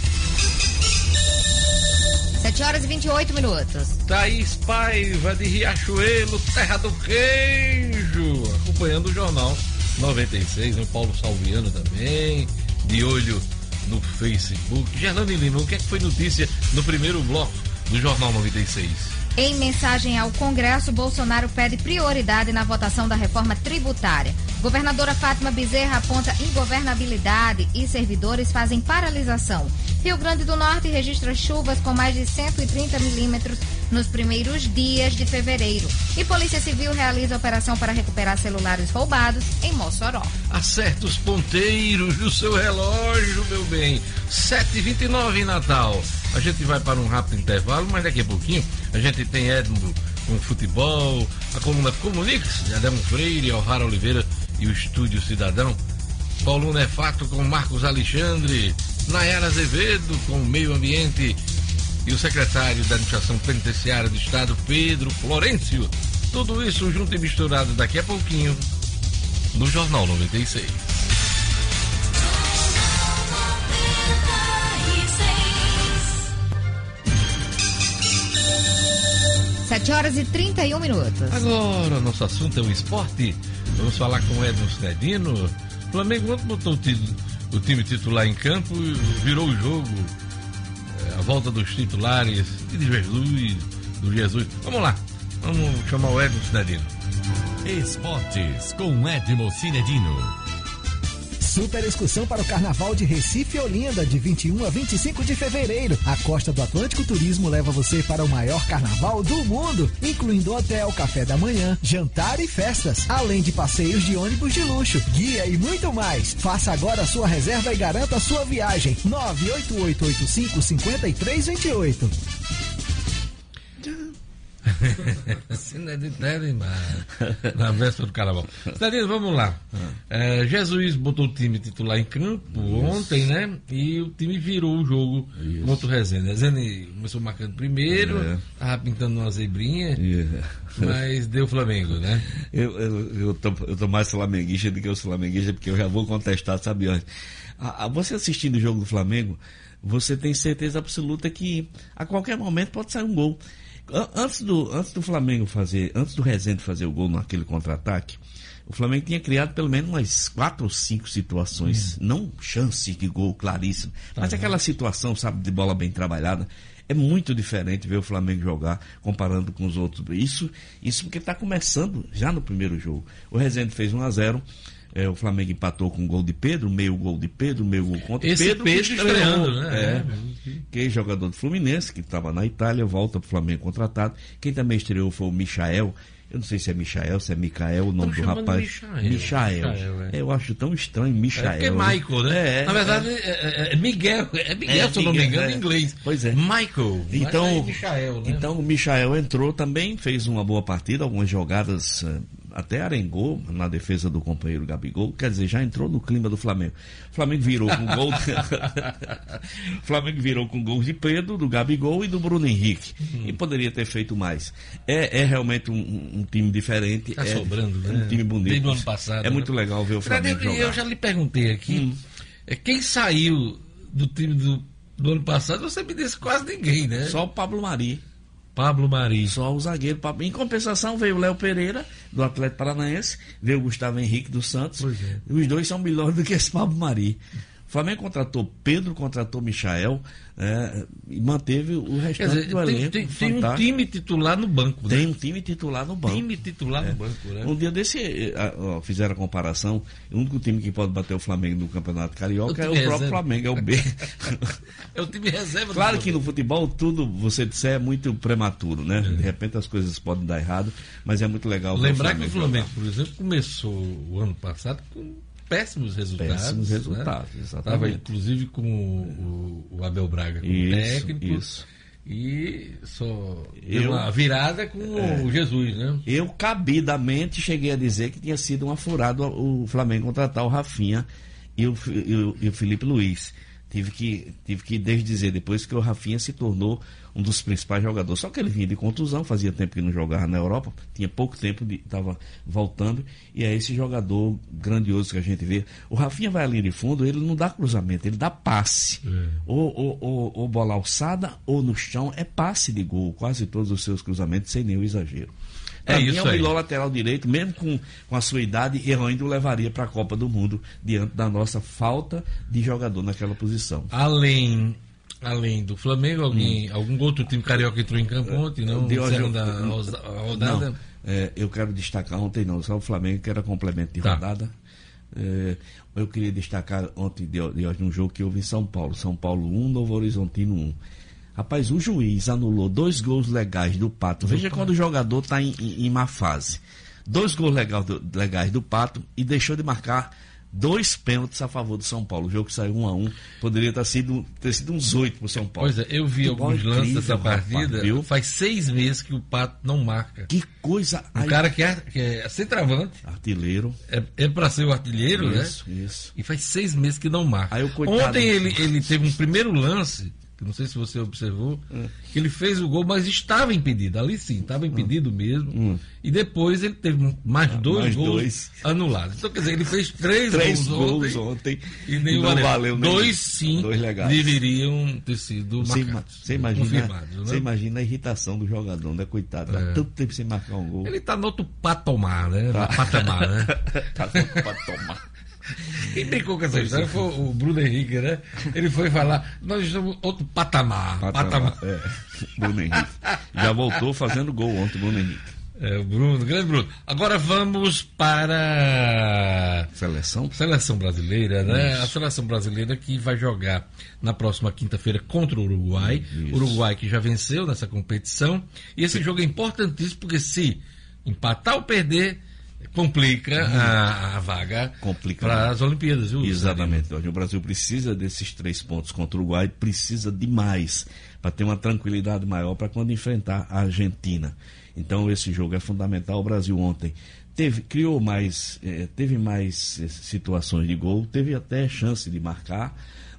Speaker 2: sete horas e vinte e oito minutos.
Speaker 1: Thaís Paiva de Riachuelo, terra do queijo. Acompanhando o Jornal noventa e seis. O Paulo Salviano também. De olho no Facebook. Gerlane Lima, o que é que foi notícia no primeiro bloco do Jornal noventa e seis?
Speaker 2: Em mensagem ao Congresso, Bolsonaro pede prioridade na votação da reforma tributária. Governadora Fátima Bezerra aponta ingovernabilidade e servidores fazem paralisação. Rio Grande do Norte registra chuvas com mais de cento e trinta milímetros nos primeiros dias de fevereiro. E Polícia Civil realiza operação para recuperar celulares roubados em Mossoró.
Speaker 1: Acerta os ponteiros do seu relógio, meu bem. sete e vinte e nove em Natal. A gente vai para um rápido intervalo, mas daqui a pouquinho a gente tem Edmo com futebol, a coluna Comunix, de Adamo Freire, Alvaro Oliveira e o Estúdio Cidadão. Coluna é Fato com Marcos Alexandre, Nayara Azevedo com Meio Ambiente e o secretário da Administração Penitenciária do Estado, Pedro Florencio. Tudo isso junto e misturado daqui a pouquinho no Jornal noventa e seis.
Speaker 2: sete horas e trinta e um minutos.
Speaker 1: Agora, nosso assunto é o esporte. Vamos falar com o Edmo Snedino. O Flamengo ontem botou o, título, o time titular em campo e virou o jogo. É, a volta dos titulares e de Jesus, do Jesus. Vamos lá, vamos chamar o Edmo Snedino.
Speaker 10: Esportes com Edmo Snedino.
Speaker 8: Super excursão para o Carnaval de Recife e Olinda, de vinte e um a vinte e cinco de fevereiro. A Costa do Atlântico Turismo leva você para o maior carnaval do mundo, incluindo hotel, café da manhã, jantar e festas, além de passeios de ônibus de luxo, guia e muito mais. Faça agora a sua reserva e garanta a sua viagem. nove oito oito oito cinco cinco três dois oito.
Speaker 1: Sineditero na véspera do carnaval. Cidadino, vamos lá. É, Jesus botou o time titular em campo Isso. ontem, né? E o time virou o jogo Isso. contra o Resende. Resende começou marcando primeiro, é. tava pintando uma zebrinha, é. mas deu Flamengo, né?
Speaker 4: Eu, eu, eu, tô, eu tô mais flamenguista do que os flamenguistas, porque eu já vou contestar, sabe onde? A, a, você assistindo o jogo do Flamengo, você tem certeza absoluta que a qualquer momento pode sair um gol. Antes do, antes do Flamengo fazer, antes do Resende fazer o gol naquele contra-ataque, o Flamengo tinha criado pelo menos umas quatro ou cinco situações, hum. não chance de gol claríssimo, tá mas bem. Aquela situação, sabe, de bola bem trabalhada. É muito diferente ver o Flamengo jogar comparando com os outros. Isso, isso porque está começando já no primeiro jogo. O Resende fez um a zero. É, o Flamengo empatou com um gol de Pedro, meio gol de Pedro, meio gol contra
Speaker 1: Esse
Speaker 4: Pedro.
Speaker 1: Pedro estreando, né?
Speaker 4: É, que é jogador do Fluminense, que estava na Itália, volta para o Flamengo contratado. Quem também estreou foi o Michael. Eu não sei se é Michael, se é Micael, o nome do rapaz.
Speaker 1: Michael.
Speaker 4: Michael. Michael é. Eu acho tão estranho, Michael.
Speaker 1: É porque é Michael, né?
Speaker 4: É,
Speaker 1: Na verdade, é, é, é Miguel. É Miguel, é, se eu não me engano,
Speaker 4: é.
Speaker 1: em inglês.
Speaker 4: Pois é.
Speaker 1: Michael.
Speaker 4: Então,
Speaker 1: é Michael, né?
Speaker 4: Então o Michael entrou também, fez uma boa partida, algumas jogadas. Até arengou na defesa do companheiro Gabigol, quer dizer, já entrou no clima do Flamengo. O Flamengo virou com gol. O Flamengo virou com gols de Pedro, do Gabigol e do Bruno Henrique. Hum. E poderia ter feito mais. É, é realmente um, um time diferente.
Speaker 1: Tá
Speaker 4: é,
Speaker 1: sobrando,
Speaker 4: é
Speaker 1: né?
Speaker 4: um time bonito.
Speaker 1: Desde o ano passado.
Speaker 4: É
Speaker 1: né?
Speaker 4: muito legal ver o Flamengo
Speaker 1: eu,
Speaker 4: jogar.
Speaker 1: Eu já lhe perguntei aqui, hum. é, quem saiu do time do, do ano passado, você me disse quase ninguém, né?
Speaker 4: Só o Pablo Mari.
Speaker 1: Pablo Mari.
Speaker 4: Só o zagueiro. Em compensação, veio o Léo Pereira, do Atlético Paranaense, veio o Gustavo Henrique, do Santos.
Speaker 1: É.
Speaker 4: Os dois são melhores do que esse Pablo Mari. O Flamengo contratou Pedro, contratou Michael, é, e manteve o restante
Speaker 1: dizer,
Speaker 4: do elenco.
Speaker 1: Tem, tem, tem um time titular no banco.
Speaker 4: Tem
Speaker 1: né?
Speaker 4: um time titular no banco.
Speaker 1: Time titular é. no banco, né?
Speaker 4: Um dia desse, ó, fizeram a comparação, o único time que pode bater o Flamengo no Campeonato Carioca o é o próprio reserva. Flamengo, é o B.
Speaker 1: É o time reserva.
Speaker 4: Claro que no futebol tudo, você disser, é muito prematuro, né? É. De repente as coisas podem dar errado, mas é muito legal.
Speaker 1: Lembrar que o Flamengo, por exemplo, começou o ano passado com péssimos resultados.
Speaker 4: Péssimos resultados,
Speaker 1: né?
Speaker 4: exatamente.
Speaker 1: Estava inclusive com o, o Abel Braga como
Speaker 4: isso,
Speaker 1: técnico.
Speaker 4: Isso.
Speaker 1: E só
Speaker 4: eu,
Speaker 1: deu uma virada com é, o Jesus, né?
Speaker 4: Eu cabidamente cheguei a dizer que tinha sido uma furada o Flamengo contratar o Rafinha e o, e o, e o Felipe Luiz. Tive que, tive que desdizer depois que o Rafinha se tornou um dos principais jogadores. Só que ele vinha de contusão, fazia tempo que não jogava na Europa, tinha pouco tempo, estava voltando, e é esse jogador grandioso que a gente vê. O Rafinha vai à linha de fundo, ele não dá cruzamento, ele dá passe. É. Ou, ou, ou, ou bola alçada, ou no chão, é passe de gol, quase todos os seus cruzamentos, sem nenhum exagero. Pra
Speaker 1: é
Speaker 4: mim
Speaker 1: isso
Speaker 4: é o
Speaker 1: aí.
Speaker 4: melhor lateral direito, mesmo com, com a sua idade, eu ainda o levaria para a Copa do Mundo, diante da nossa falta de jogador naquela posição.
Speaker 1: Além, além do Flamengo, alguém, hum. algum outro time carioca entrou em campo ontem, não?
Speaker 4: De hoje,
Speaker 1: eu, da rodada?
Speaker 4: Não, é, eu quero destacar ontem não, só o Flamengo que era complemento de tá. rodada. É, eu queria destacar ontem de, de hoje um jogo que houve em São Paulo. São Paulo um, Novo Horizontino um. Rapaz, o juiz anulou dois gols legais do Pato. Veja quando o jogador está em, em, em má fase. Dois gols legal do, legais do Pato e deixou de marcar dois pênaltis a favor do São Paulo. O jogo saiu um a um. Poderia ter sido, ter sido uns oito para o São Paulo.
Speaker 1: Pois é, eu vi
Speaker 4: Futebol
Speaker 1: alguns lances
Speaker 4: incrível,
Speaker 1: dessa partida.
Speaker 4: Rapaz, viu?
Speaker 1: Faz seis meses que o Pato não marca.
Speaker 4: Que coisa...
Speaker 1: Um aí... cara que é, que é centroavante.
Speaker 4: Artilheiro.
Speaker 1: É, é para ser o artilheiro,
Speaker 4: isso,
Speaker 1: né?
Speaker 4: Isso.
Speaker 1: E faz seis meses que não marca.
Speaker 4: Aí, o
Speaker 1: Ontem ele, ele teve um primeiro lance... não sei se você observou, hum. que ele fez o gol, mas estava impedido. Ali sim, estava impedido hum. mesmo. Hum. E depois ele teve mais ah, dois mais gols dois. anulados. Então, quer dizer, ele fez três,
Speaker 4: três
Speaker 1: gols,
Speaker 4: gols
Speaker 1: ontem,
Speaker 4: ontem
Speaker 1: e nem
Speaker 4: não
Speaker 1: valeu.
Speaker 4: valeu nem
Speaker 1: Dois sim
Speaker 4: dois
Speaker 1: deveriam ter sido
Speaker 4: você
Speaker 1: marcados.
Speaker 4: Você imagina,
Speaker 1: né?
Speaker 4: você imagina a irritação do jogador, né? Coitado. É. Tá tanto tempo sem marcar um gol.
Speaker 1: Ele está no outro patamar, né? Tá. Patamar, né?
Speaker 4: Tá no outro patamar.
Speaker 1: Quem brincou com essa história foi o Bruno Henrique, né? Ele foi falar, nós estamos outro patamar.
Speaker 4: Patamar. patamar. É. Bruno Henrique. Já voltou fazendo gol ontem, Bruno Henrique.
Speaker 1: É, o Bruno, grande Bruno. Agora vamos para
Speaker 4: seleção,
Speaker 1: seleção brasileira, né? Isso. A seleção brasileira que vai jogar na próxima quinta-feira contra o Uruguai. Isso. Uruguai que já venceu nessa competição. E esse Sim. jogo é importantíssimo porque se empatar ou perder, complica
Speaker 4: Hum.
Speaker 1: a, a vaga para as Olimpíadas. Viu?
Speaker 4: Exatamente. O Brasil precisa desses três pontos contra o Uruguai, precisa demais para ter uma tranquilidade maior para quando enfrentar a Argentina. Então esse jogo é fundamental. O Brasil ontem teve, criou mais, eh, teve mais eh, situações de gol, teve até chance de marcar,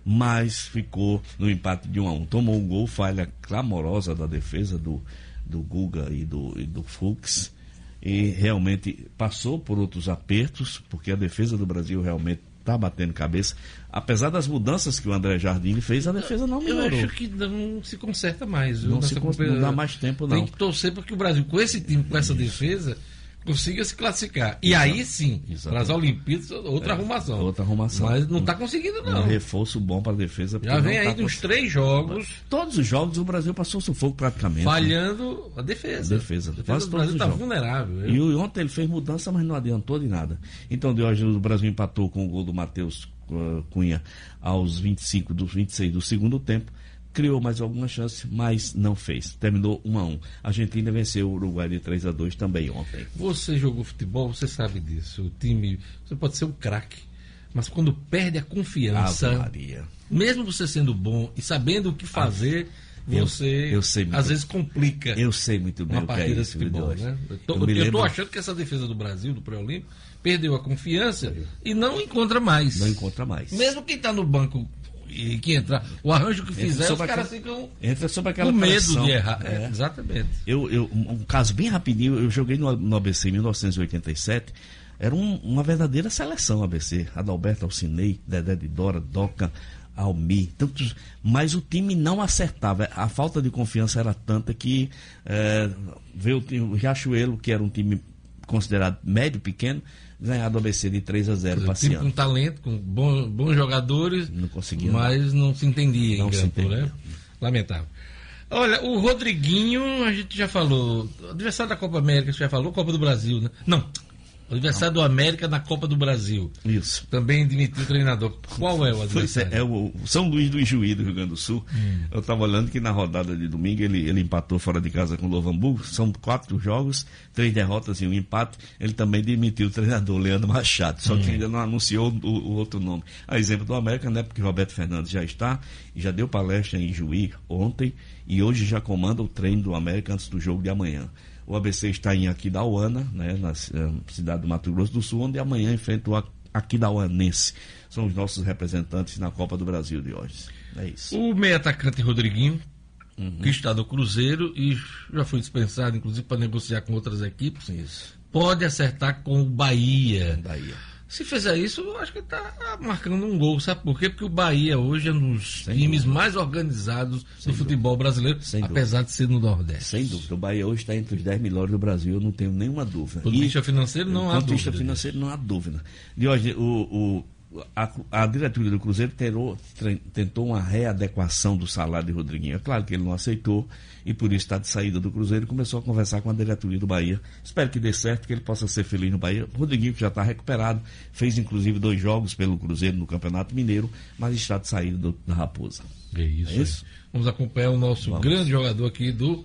Speaker 4: mas ficou no empate de um a um. Tomou um gol, falha clamorosa da defesa do, do Guga e do, e do Fux, e realmente passou por outros apertos, porque a defesa do Brasil realmente está batendo cabeça. Apesar das mudanças que o André Jardim fez, a defesa não melhorou.
Speaker 1: Eu acho que não se conserta mais.
Speaker 4: Não, se cons... não dá mais tempo, não.
Speaker 1: Tem que torcer para que o Brasil, com esse time, com essa Isso. defesa, consiga se classificar. E Exato. aí sim, para as Olimpíadas, outra é, arrumação.
Speaker 4: Outra arrumação.
Speaker 1: Mas não está conseguindo, não.
Speaker 4: Um reforço bom para a defesa.
Speaker 1: Já vem aí
Speaker 4: tá
Speaker 1: nos cons... três jogos.
Speaker 4: Todos os jogos o Brasil passou sufoco praticamente.
Speaker 1: Falhando né? a defesa.
Speaker 4: A defesa.
Speaker 1: A defesa do Brasil está vulnerável.
Speaker 4: E eu... ontem ele fez mudança, mas não adiantou de nada. Então, de hoje, o Brasil empatou com o gol do Matheus Cunha aos vinte e cinco, dos vinte e seis do segundo tempo. Criou mais alguma chance, mas não fez. Terminou um a um. A Argentina venceu o Uruguai de três a dois também ontem.
Speaker 1: Você jogou futebol, você sabe disso. O time, você pode ser um craque, mas quando perde a confiança,
Speaker 4: Maria.
Speaker 1: mesmo você sendo bom e sabendo o que fazer, ah, você
Speaker 4: eu, eu sei muito,
Speaker 1: às vezes complica.
Speaker 4: Eu sei muito bem
Speaker 1: uma
Speaker 4: o
Speaker 1: partida
Speaker 4: que é
Speaker 1: de futebol, né? Eu tô,
Speaker 4: eu
Speaker 1: eu
Speaker 4: lembro...
Speaker 1: tô achando que essa defesa do Brasil, do pré-olímpico, perdeu a confiança e não encontra mais.
Speaker 4: Não encontra mais.
Speaker 1: Mesmo quem está no banco e que entrar, o arranjo que fizer, os caras ficam
Speaker 4: entra sobre aquela
Speaker 1: com medo
Speaker 4: pressão.
Speaker 1: de errar.
Speaker 4: É.
Speaker 1: É, exatamente.
Speaker 4: Eu, eu, um caso bem rapidinho, eu joguei no, no A B C em mil novecentos e oitenta e sete, era um, uma verdadeira seleção A B C. Adalberto, Alcinei, Dedé de Dora, Doca, Almi, tantos, mas o time não acertava. A falta de confiança era tanta que é, veio o Riachuelo, que era um time considerado médio, pequeno, ganhar do A B C de três a zero passeando.
Speaker 1: Com talento, com bons, bons jogadores,
Speaker 4: não conseguia,
Speaker 1: mas não, não se entendia
Speaker 4: não
Speaker 1: em
Speaker 4: se
Speaker 1: campo,
Speaker 4: entendia.
Speaker 1: Né? Lamentável. Olha, o Rodriguinho, a gente já falou, adversário da Copa América, você já falou, Copa do Brasil, né? Não, adversário do América na Copa do Brasil.
Speaker 4: Isso.
Speaker 1: Também demitiu o treinador. Qual é o adversário?
Speaker 4: É, é o São Luís do Ijuí, do Rio Grande do Sul. Hum. Eu estava olhando que na rodada de domingo ele, ele empatou fora de casa com o Novo Hamburgo. São quatro jogos, três derrotas e um empate. Ele também demitiu o treinador, Leandro Machado. Só hum. que ainda não anunciou o, o outro nome. A exemplo do América, né? Porque Roberto Fernandes já está e já deu palestra em Ijuí ontem e hoje já comanda o treino do América antes do jogo de amanhã. O A B C está em Aquidauana, né, na cidade do Mato Grosso do Sul, onde amanhã enfrenta o Aquidauanense. São os nossos representantes na Copa do Brasil de hoje. É isso.
Speaker 1: O meio atacante Rodriguinho, uhum. que está no Cruzeiro e já foi dispensado, inclusive, para negociar com outras equipes,
Speaker 4: isso.
Speaker 1: pode acertar com o Bahia.
Speaker 4: Bahia.
Speaker 1: Se fizer isso, eu acho que está marcando um gol. Sabe por quê? Porque o Bahia hoje é um dos Sem times dúvida. mais organizados Sem do futebol dúvida. brasileiro, Sem apesar dúvida. de ser no Nordeste.
Speaker 4: Sem dúvida. O Bahia hoje está entre os dez melhores do Brasil, eu não tenho nenhuma dúvida.
Speaker 1: Do ponto de vista financeiro, não há dúvida. Do ponto de vista
Speaker 4: financeiro, não há dúvida. De hoje, o, o, a, a diretoria do Cruzeiro terou, tentou uma readequação do salário de Rodriguinho. É claro que ele não aceitou e por isso está de saída do Cruzeiro e começou a conversar com a diretoria do Bahia. Espero que dê certo, que ele possa ser feliz no Bahia. Rodriguinho, que já está recuperado, fez inclusive dois jogos pelo Cruzeiro no Campeonato Mineiro, mas está de saída do, da Raposa.
Speaker 1: É isso. É isso? Vamos acompanhar o nosso Vamos. grande jogador aqui do...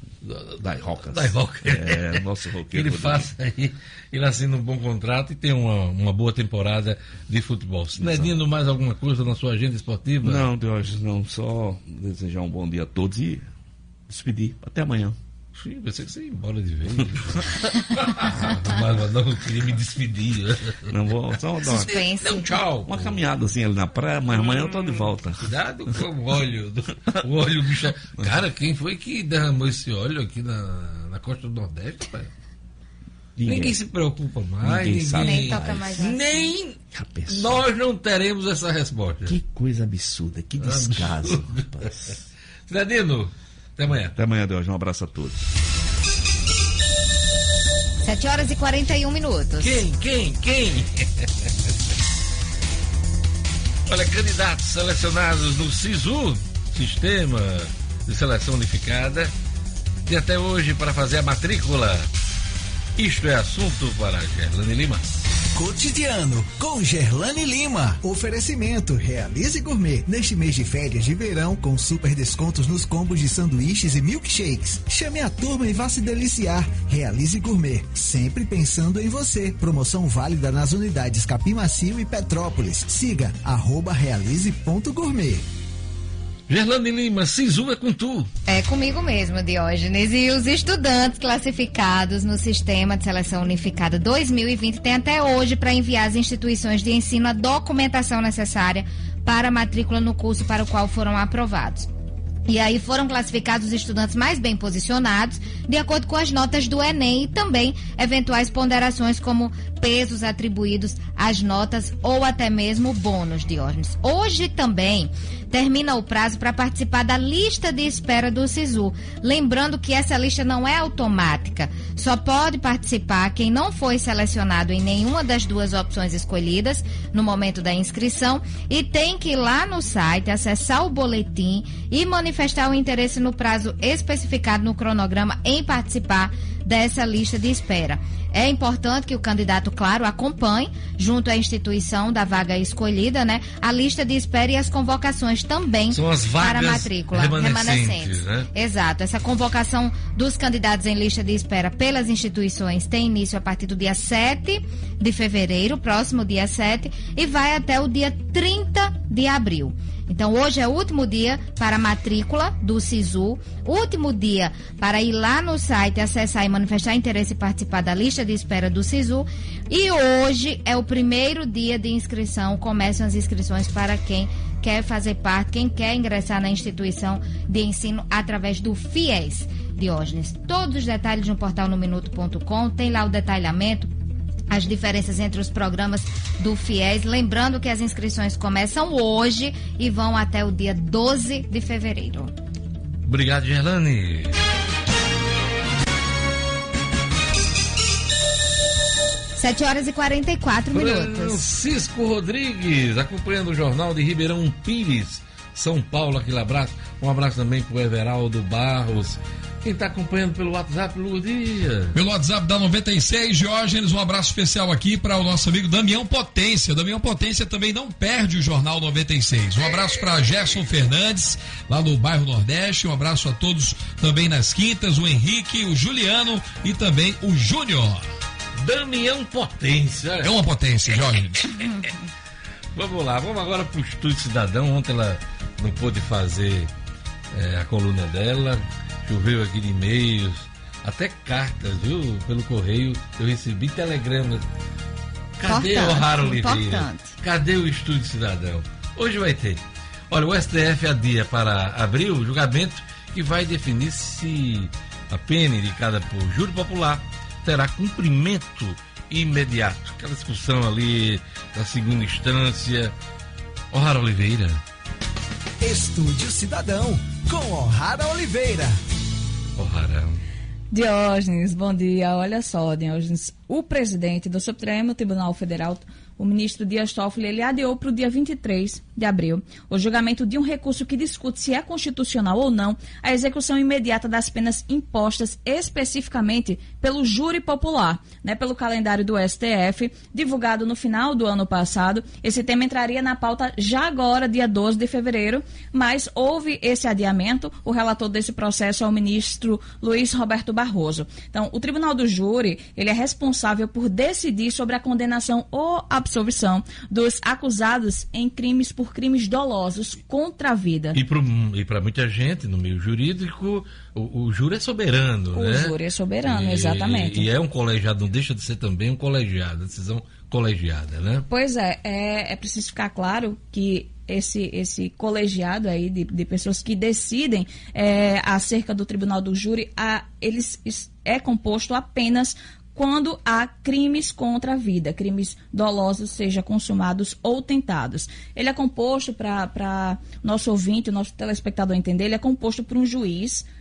Speaker 4: Da Rocas.
Speaker 1: Da Rocas.
Speaker 4: É, o nosso roqueiro.
Speaker 1: Ele faça aí, ele assina um bom contrato e tem uma, uma boa temporada de futebol. Sinedino, mais alguma coisa na sua agenda esportiva?
Speaker 4: Não, Deus, não. Só desejar um bom dia a todos e despedir. Até amanhã.
Speaker 1: Sim, pensei que você ia embora de vez. Mas não queria me despedir.
Speaker 4: Não vou, só dar
Speaker 2: uma,
Speaker 1: não, tchau.
Speaker 4: Uma caminhada assim ali na praia, mas amanhã eu tô de volta.
Speaker 1: Cuidado com o óleo. Do, o óleo bicho. Cara, quem foi que derramou esse óleo aqui na, na costa do Nordeste, pai? Ninguém, ninguém se preocupa mais.
Speaker 4: Ninguém, ninguém
Speaker 2: nem toca mais.
Speaker 1: Nem nós não teremos essa resposta.
Speaker 4: Que coisa absurda, que descaso.
Speaker 1: Cidadino, até amanhã.
Speaker 4: Até amanhã, Deus. Um abraço a todos.
Speaker 2: sete horas e quarenta e um minutos.
Speaker 1: Quem? Quem? Quem? Olha, candidatos selecionados no SISU, Sistema de Seleção Unificada, tem até hoje para fazer a matrícula. Isto é assunto para Gerlane Lima.
Speaker 8: Cotidiano, com Gerlane Lima. Oferecimento Realize Gourmet. Neste mês de férias de verão, com super descontos nos combos de sanduíches e milkshakes. Chame a turma e vá se deliciar. Realize Gourmet, sempre pensando em você. Promoção válida nas unidades Capim Macio e Petrópolis. Siga, arroba realize ponto gourmet.
Speaker 1: Gerlane Lima, Sisu é com tu.
Speaker 2: É comigo mesmo, Diógenes. E os estudantes classificados no Sistema de Seleção Unificada dois mil e vinte têm até hoje para enviar às instituições de ensino a documentação necessária para a matrícula no curso para o qual foram aprovados. E aí foram classificados os estudantes mais bem posicionados, de acordo com as notas do Enem, e também eventuais ponderações como pesos atribuídos às notas ou até mesmo bônus, Diógenes. Hoje também termina o prazo para participar da lista de espera do Sisu. Lembrando que essa lista não é automática. Só pode participar quem não foi selecionado em nenhuma das duas opções escolhidas no momento da inscrição e tem que ir lá no site, acessar o boletim e manifestar o interesse no prazo especificado no cronograma em participar dessa lista de espera. É importante que o candidato, claro, acompanhe, junto à instituição da vaga escolhida, né, a lista de espera e as convocações também
Speaker 1: São as vagas
Speaker 2: para a matrícula
Speaker 1: remanescentes,
Speaker 2: remanescentes.
Speaker 1: Né?
Speaker 2: Exato. Essa convocação dos candidatos em lista de espera pelas instituições tem início a partir do dia sete de fevereiro, próximo dia sete, e vai até o dia trinta de abril. Então, hoje é o último dia para a matrícula do Sisu, último dia para ir lá no site, acessar e manifestar interesse e participar da lista de espera do Sisu. E hoje é o primeiro dia de inscrição, começam as inscrições para quem quer fazer parte, quem quer ingressar na instituição de ensino através do FIES, Diógenes. Todos os detalhes no portal no minuto ponto com, tem lá o detalhamento, as diferenças entre os programas do FIES. Lembrando que as inscrições começam hoje e vão até o dia doze de fevereiro.
Speaker 1: Obrigado, Gerlane.
Speaker 2: sete horas e quarenta e quatro minutos.
Speaker 1: Francisco Rodrigues, acompanhando o jornal de Ribeirão Pires, São Paulo, aquele abraço. Um abraço também para o Everaldo Barros. Quem está acompanhando pelo WhatsApp, Lourdes?
Speaker 6: Pelo WhatsApp da noventa e seis, Diógenes, um abraço especial aqui para o nosso amigo Damião Potência. Damião Potência também não perde o Jornal noventa e seis. Um abraço para Gerson Fernandes, lá no bairro Nordeste. Um abraço a todos também nas quintas, o Henrique, o Juliano e também o Júnior.
Speaker 1: Damião Potência.
Speaker 6: É uma potência, Diógenes.
Speaker 1: Vamos lá, vamos agora para o Estúdio Cidadão. Ontem ela não pôde fazer é, a coluna dela. Choveu aqui de e-mails, até cartas, viu? Pelo correio, eu recebi telegramas. Cadê o O'Hara Oliveira?
Speaker 2: Importante.
Speaker 1: Cadê o Estúdio Cidadão? Hoje vai ter. Olha, o S T F adia para abril o julgamento que vai definir se a pena indicada por júri popular terá cumprimento imediato. Aquela discussão ali da segunda instância. O'Hara Oliveira.
Speaker 8: Estúdio Cidadão, com O'Hara Oliveira.
Speaker 1: O'Hara.
Speaker 3: Diógenes, bom dia. Olha só, Diógenes, o presidente do Supremo Tribunal Federal, o ministro Dias Toffoli, ele adiou para o dia vinte e três de abril o julgamento de um recurso que discute se é constitucional ou não a execução imediata das penas impostas especificamente pelo júri popular, né, pelo calendário do S T F, divulgado no final do ano passado. Esse tema entraria na pauta já agora, dia doze de fevereiro, mas houve esse adiamento. O relator desse processo é o ministro Luiz Roberto Barroso. Então, o Tribunal do Júri, ele é responsável por decidir sobre a condenação ou absolvição dos acusados em crimes por crimes dolosos contra a vida.
Speaker 1: E para muita gente, no meio jurídico, o, o júri é soberano,
Speaker 3: o
Speaker 1: né?
Speaker 3: O júri é soberano,
Speaker 1: e,
Speaker 3: exatamente.
Speaker 1: E, e é um colegiado, não deixa de ser também um colegiado, decisão colegiada, né?
Speaker 3: Pois é, é, é preciso ficar claro que esse, esse colegiado aí de, de pessoas que decidem é, acerca do Tribunal do Júri, a, eles é composto apenas quando há crimes contra a vida, crimes dolosos, seja consumados ou tentados. Ele é composto, para nosso ouvinte, o nosso telespectador entender, ele é composto por um juiz,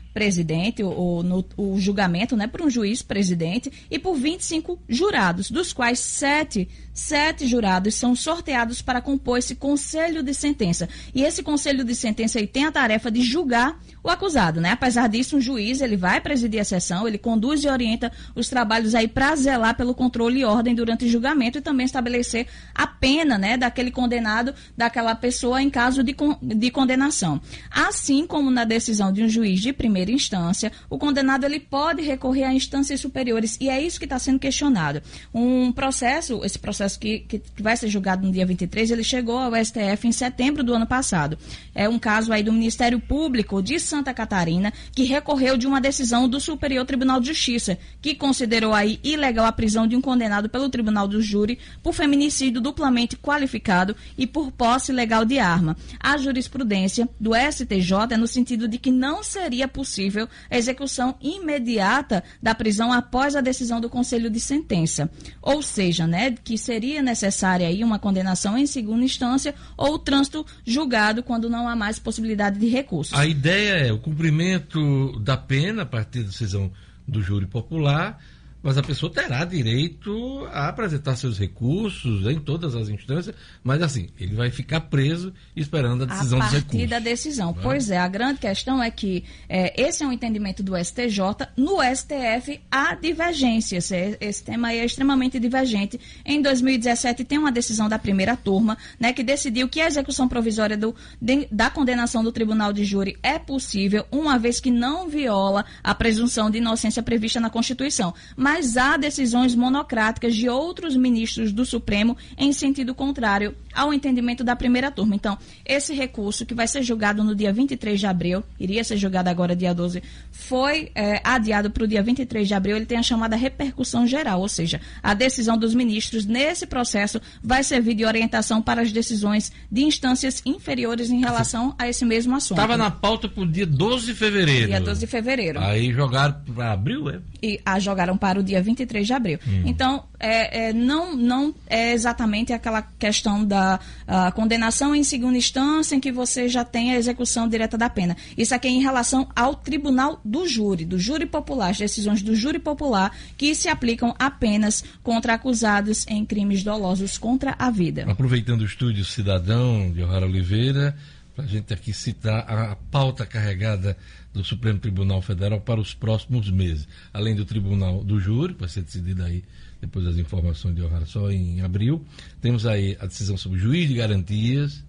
Speaker 3: presidente, ou no o julgamento, né, por um juiz presidente e por vinte e cinco jurados, dos quais sete, sete jurados são sorteados para compor esse conselho de sentença. E esse conselho de sentença aí tem a tarefa de julgar o acusado, né? Apesar disso, um juiz, ele vai presidir a sessão, ele conduz e orienta os trabalhos aí para zelar pelo controle e ordem durante o julgamento e também estabelecer a pena, né, daquele condenado, daquela pessoa em caso de, con de condenação. Assim como na decisão de um juiz de primeira instância, o condenado ele pode recorrer a instâncias superiores e é isso que está sendo questionado. Um processo, esse processo que, que vai ser julgado no dia vinte e três, ele chegou ao S T F em setembro do ano passado. É um caso aí do Ministério Público de Santa Catarina, que recorreu de uma decisão do Superior Tribunal de Justiça, que considerou aí ilegal a prisão de um condenado pelo Tribunal do Júri por feminicídio duplamente qualificado e por posse ilegal de arma. A jurisprudência do S T J é no sentido de que não seria possível a execução imediata da prisão após a decisão do Conselho de Sentença. Ou seja, né, que seria necessária aí uma condenação em segunda instância ou o trânsito julgado quando não há mais possibilidade de recursos.
Speaker 1: A ideia é o cumprimento da pena a partir da decisão do júri popular, mas a pessoa terá direito a apresentar seus recursos em todas as instâncias, mas assim, ele vai ficar preso esperando a decisão dos recursos.
Speaker 3: A partir da decisão. Não. Pois é, a grande questão é que é, esse é um entendimento do S T J, no S T F há divergências, esse, esse tema aí é extremamente divergente. Em dois mil e dezessete tem uma decisão da primeira turma, né, que decidiu que a execução provisória do, de, da condenação do Tribunal de Júri é possível, uma vez que não viola a presunção de inocência prevista na Constituição. Mas há decisões monocráticas de outros ministros do Supremo em sentido contrário ao entendimento da primeira turma. Então, esse recurso que vai ser julgado no dia vinte e três de abril, iria ser julgado agora dia doze, foi é, adiado para o dia vinte e três de abril, ele tem a chamada repercussão geral, ou seja, a decisão dos ministros nesse processo vai servir de orientação para as decisões de instâncias inferiores em relação a esse mesmo assunto.
Speaker 1: Estava na pauta para o dia doze de fevereiro.
Speaker 3: Dia doze de fevereiro.
Speaker 1: Aí jogaram para abril, é?
Speaker 3: E a jogaram para o dia vinte e três de abril. Hum. Então, é, é, não, não é exatamente aquela questão da a condenação em segunda instância em que você já tem a execução direta da pena. Isso aqui é em relação ao Tribunal do Júri, do Júri Popular, as decisões do Júri Popular que se aplicam apenas contra acusados em crimes dolosos contra a vida.
Speaker 1: Aproveitando o estúdio cidadão de O'Hara Oliveira, para a gente aqui citar a pauta carregada do Supremo Tribunal Federal para os próximos meses. Além do Tribunal do Júri, que vai ser decidido aí, depois das informações de O'Hara, só em abril, temos aí a decisão sobre o juiz de garantias,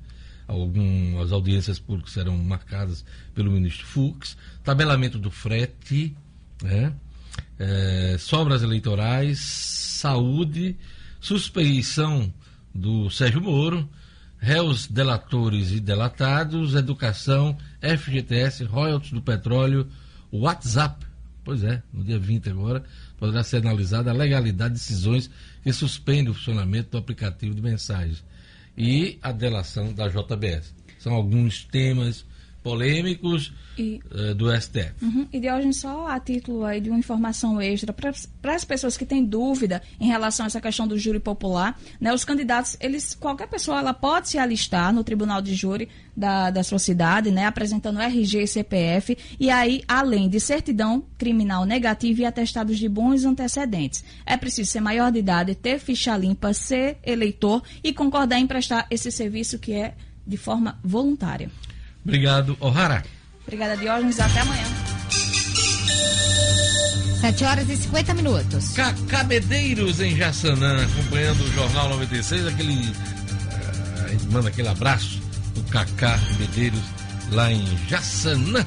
Speaker 1: algumas audiências públicas serão marcadas pelo ministro Fux, tabelamento do frete, né? é, sobras eleitorais, saúde, suspeição do Sérgio Moro, réus delatores e delatados, educação, F G T S, royalties do petróleo, WhatsApp. Pois é, no dia vinte agora, poderá ser analisada a legalidade de decisões que suspendem o funcionamento do aplicativo de mensagens e a delação da J B S. São alguns temas polêmicos e, uh, do S T F.
Speaker 3: Uhum, e de hoje, só a título aí de uma informação extra para as pessoas que têm dúvida em relação a essa questão do júri popular, né, os candidatos, eles, qualquer pessoa ela pode se alistar no tribunal de júri da, da sua cidade, né, apresentando R G e C P F, e aí, além de certidão criminal negativa e atestados de bons antecedentes. É preciso ser maior de idade, ter ficha limpa, ser eleitor e concordar em prestar esse serviço que é de forma voluntária.
Speaker 1: Obrigado, O'Hara.
Speaker 3: Obrigada, Diógenes. Até amanhã.
Speaker 2: sete horas e cinquenta minutos.
Speaker 1: Cacá Medeiros em Jaçanã, acompanhando o Jornal noventa e seis. Aquele, uh, a gente manda aquele abraço do Cacá Medeiros lá em Jaçanã.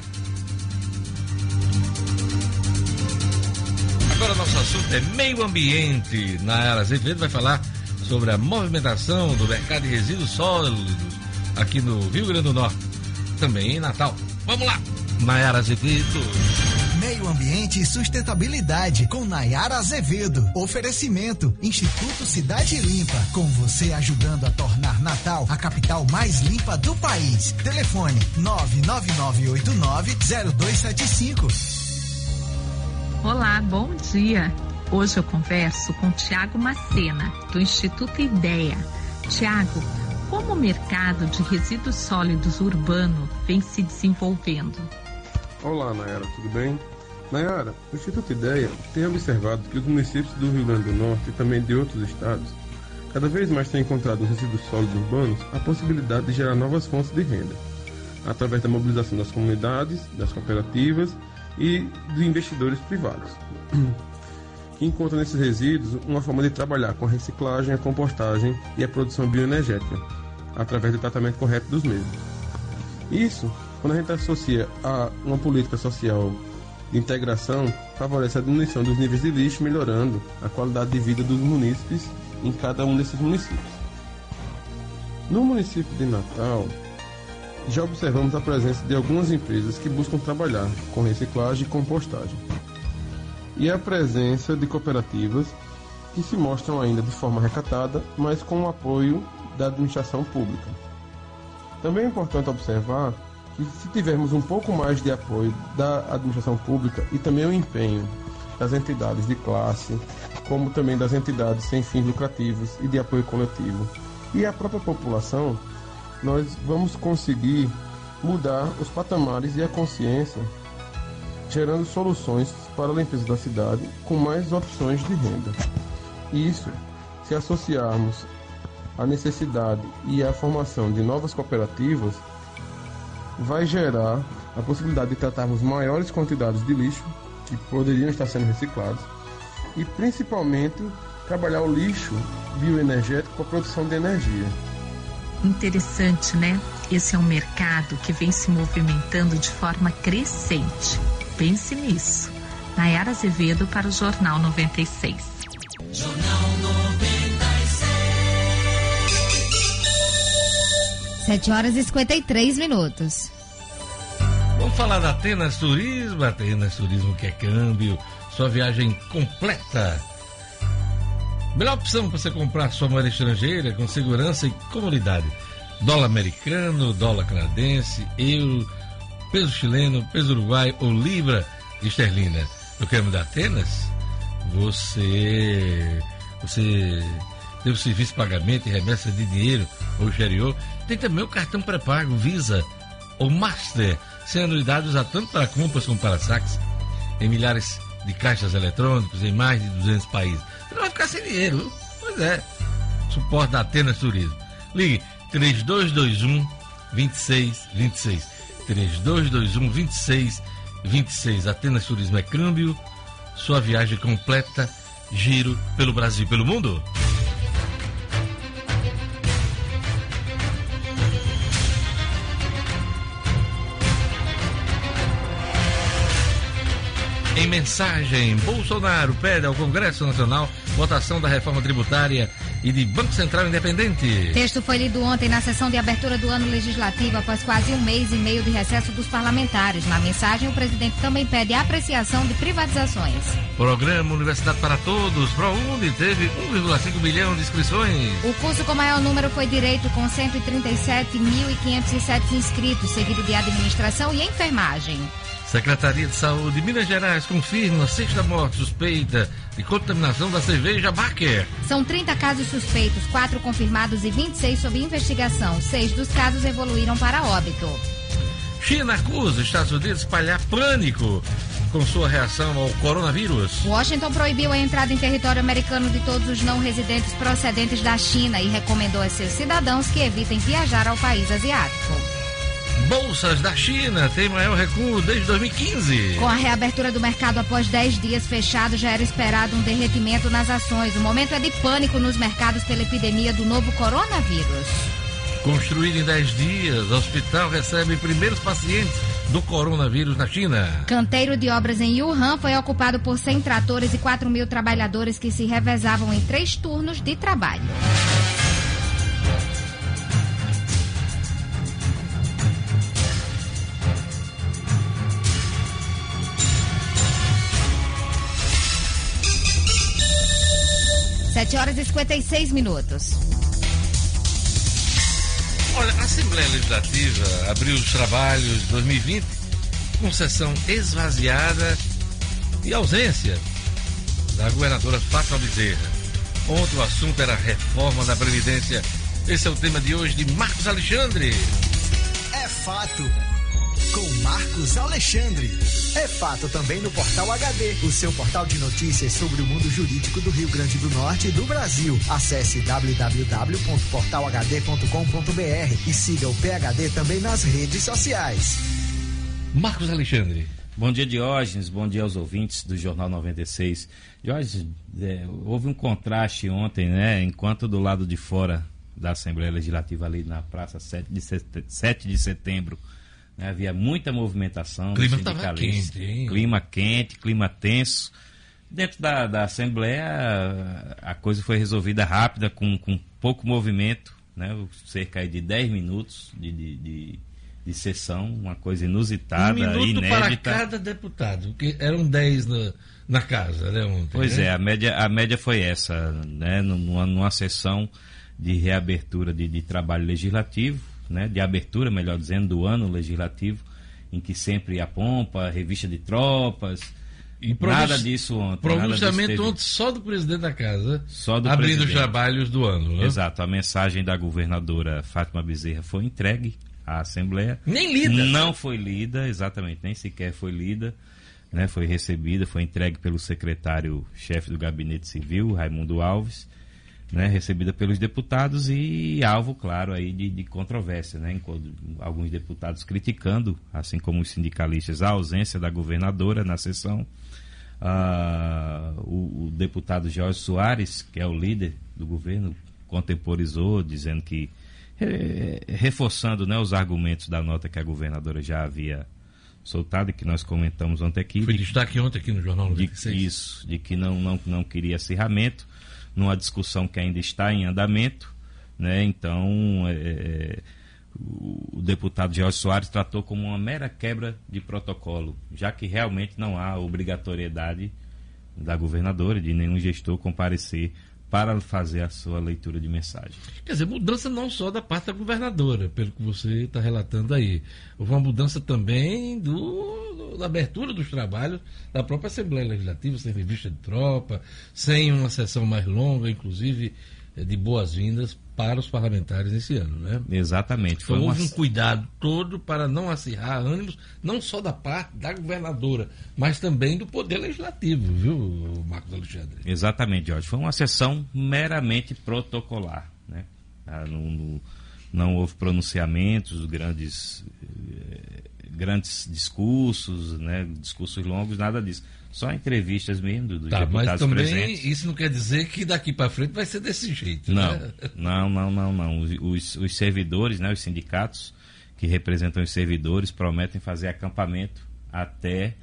Speaker 1: Agora nosso assunto é meio ambiente. Nayara Azevedo vai falar sobre a movimentação do mercado de resíduos sólidos aqui no Rio Grande do Norte. Também em Natal. Vamos lá, Nayara Azevedo.
Speaker 8: Meio Ambiente e Sustentabilidade com Nayara Azevedo. Oferecimento Instituto Cidade Limpa, com você ajudando a tornar Natal a capital mais limpa do país. Telefone nove nove nove oito nove zero dois sete cinco.
Speaker 11: Olá, bom dia. Hoje eu converso com Tiago Macena, do Instituto Ideia. Tiago, como o mercado de resíduos sólidos urbano vem se desenvolvendo?
Speaker 12: Olá, Nayara, tudo bem? Nayara, o Instituto IDEA tem observado que os municípios do Rio Grande do Norte e também de outros estados cada vez mais têm encontrado nos resíduos sólidos urbanos a possibilidade de gerar novas fontes de renda, através da mobilização das comunidades, das cooperativas e de investidores privados, que encontram nesses resíduos uma forma de trabalhar com a reciclagem, a compostagem e a produção bioenergética, através do tratamento correto dos mesmos. Isso, quando a gente associa a uma política social de integração, favorece a diminuição dos níveis de lixo, melhorando a qualidade de vida dos munícipes em cada um desses municípios. No município de Natal, já observamos a presença de algumas empresas que buscam trabalhar com reciclagem e compostagem, e a presença de cooperativas que se mostram ainda de forma recatada, mas com o apoio da administração pública. Também é importante observar que, se tivermos um pouco mais de apoio da administração pública e também o empenho das entidades de classe, como também das entidades sem fins lucrativos e de apoio coletivo, e a própria população, nós vamos conseguir mudar os patamares e a consciência, gerando soluções para a limpeza da cidade com mais opções de renda. Isso, se associarmos à necessidade e à formação de novas cooperativas, vai gerar a possibilidade de tratarmos maiores quantidades de lixo que poderiam estar sendo reciclados e, principalmente, trabalhar o lixo bioenergético para a produção de energia.
Speaker 11: Interessante, né? Esse é um mercado que vem se movimentando de forma crescente. Pense nisso. Nayara Azevedo para o Jornal noventa e seis.
Speaker 7: Jornal noventa e seis.
Speaker 2: sete horas e cinquenta e três minutos.
Speaker 1: Vamos falar da Atenas Turismo. Atenas Turismo que é câmbio, sua viagem completa. Melhor opção para você comprar sua moeda estrangeira com segurança e comodidade. Dólar americano, dólar canadense, euro, peso chileno, peso uruguaio ou libra esterlina. No câmbio da Atenas, você, você tem o serviço de pagamento e remessa de dinheiro ou exterior. Tem também o cartão pré-pago Visa ou Master, sem anuidade, usado tanto para compras como para saques, em milhares de caixas eletrônicos em mais de duzentos países. Você não vai ficar sem dinheiro, viu? Pois é. Suporte da Atenas Turismo. Ligue três dois dois um, dois seis dois seis. três dois dois um, dois seis dois seis. Atenas Turismo é câmbio, sua viagem completa, giro pelo Brasil e pelo mundo. Em mensagem, Bolsonaro pede ao Congresso Nacional votação da reforma tributária e de Banco Central Independente.
Speaker 2: O texto foi lido ontem na sessão de abertura do ano legislativo, após quase um mês e meio de recesso dos parlamentares. Na mensagem, o presidente também pede a apreciação de privatizações.
Speaker 1: Programa Universidade para Todos, ProUni, teve um vírgula cinco milhão de inscrições.
Speaker 2: O curso com maior número foi Direito, com cento e trinta e sete mil quinhentos e sete inscritos, seguido de Administração e Enfermagem.
Speaker 1: Secretaria de Saúde de Minas Gerais confirma sexta morte suspeita de contaminação da cerveja Baker.
Speaker 2: São trinta casos suspeitos, quatro confirmados e vinte e seis sob investigação. Seis dos casos evoluíram para óbito.
Speaker 1: China acusa os Estados Unidos de espalhar pânico com sua reação ao coronavírus.
Speaker 2: Washington proibiu a entrada em território americano de todos os não residentes procedentes da China e recomendou a seus cidadãos que evitem viajar ao país asiático.
Speaker 1: Bolsas da China têm maior recuo desde dois mil e quinze.
Speaker 2: Com a reabertura do mercado após dez dias fechados, já era esperado um derretimento nas ações. O momento é de pânico nos mercados pela epidemia do novo coronavírus.
Speaker 1: Construído em dez dias, o hospital recebe primeiros pacientes do coronavírus na China.
Speaker 2: Canteiro de obras em Wuhan foi ocupado por cem tratores e quatro mil trabalhadores que se revezavam em três turnos de trabalho. sete horas e cinquenta e seis minutos.
Speaker 1: Olha, a Assembleia Legislativa abriu os trabalhos de dois mil e vinte com sessão esvaziada e ausência da governadora Fátima Bezerra. Ontem o assunto era a reforma da Previdência. Esse é o tema de hoje de Marcos Alexandre.
Speaker 8: É fato. com Marcos Alexandre. É fato também no Portal H D, o seu portal de notícias sobre o mundo jurídico do Rio Grande do Norte e do Brasil. Acesse w w w ponto portal h d ponto com ponto b r e siga o P H D também nas redes sociais.
Speaker 1: Marcos Alexandre.
Speaker 13: Bom dia, Diógenes. Bom dia aos ouvintes do Jornal noventa e seis. Diógenes, é, houve um contraste ontem, né? Enquanto do lado de fora da Assembleia Legislativa, ali na Praça sete de Setembro, né, havia muita movimentação.
Speaker 1: O clima estava quente, hein?
Speaker 13: Clima quente, clima tenso. Dentro da, da Assembleia, a coisa foi resolvida rápida, com, com pouco movimento, né? Cerca de dez minutos de... de, de de sessão, uma coisa inusitada,
Speaker 1: um minuto
Speaker 13: inédita.
Speaker 1: Para cada deputado, porque eram dez na, na casa, né, ontem.
Speaker 13: Pois
Speaker 1: né?
Speaker 13: é, a média, a média foi essa, né, numa, numa sessão de reabertura de, de trabalho legislativo, né, de abertura, melhor dizendo, do ano legislativo, em que sempre a pompa, a revista de tropas, e nada disso ontem.
Speaker 1: Pronunciamento ontem só do presidente da casa,
Speaker 13: só do
Speaker 1: abrindo
Speaker 13: presidente.
Speaker 1: Os trabalhos do ano. Né?
Speaker 13: Exato, a mensagem da governadora Fátima Bezerra foi entregue à Assembleia.
Speaker 1: Nem lida.
Speaker 13: Não foi lida, exatamente, nem sequer foi lida, né? Foi recebida, foi entregue pelo secretário-chefe do Gabinete Civil, Raimundo Alves, né? Recebida pelos deputados e alvo, claro, aí de, de controvérsia, né? Alguns deputados criticando, assim como os sindicalistas, a ausência da governadora na sessão. Ah, o, o deputado Jorge Soares, que é o líder do governo, contemporizou, dizendo que reforçando, né, os argumentos da nota que a governadora já havia soltado e que nós comentamos ontem aqui.
Speaker 1: Foi
Speaker 13: de,
Speaker 1: destaque ontem aqui no Jornal noventa e seis.
Speaker 13: De, isso, de que não, não, não queria acirramento numa discussão que ainda está em andamento, né? Então é, o, o deputado Jorge Soares tratou como uma mera quebra de protocolo, já que realmente não há obrigatoriedade da governadora, de nenhum gestor comparecer para fazer a sua leitura de mensagem.
Speaker 1: Quer dizer, mudança não só da parte da governadora, pelo que você está relatando aí. Houve uma mudança também do, do, da abertura dos trabalhos da própria Assembleia Legislativa, sem revista de tropa, sem uma sessão mais longa, inclusive de boas-vindas para os parlamentares esse ano, né?
Speaker 13: Exatamente.
Speaker 1: Foi então, houve uma... um cuidado todo para não acirrar ânimos, não só da parte da governadora, mas também do Poder Legislativo, viu, Marcos Alexandre?
Speaker 13: Exatamente, Jorge. Foi uma sessão meramente protocolar, né? Ah, não, não, não houve pronunciamentos, grandes, eh, grandes discursos, né? Discursos longos, nada disso. Só entrevistas mesmo dos
Speaker 1: tá,
Speaker 13: deputados
Speaker 1: mas também
Speaker 13: presentes.
Speaker 1: Isso não quer dizer que daqui para frente vai ser desse jeito.
Speaker 13: Não,
Speaker 1: né?
Speaker 13: não, não, não, não. Os, os servidores, né, os sindicatos que representam os servidores prometem fazer acampamento até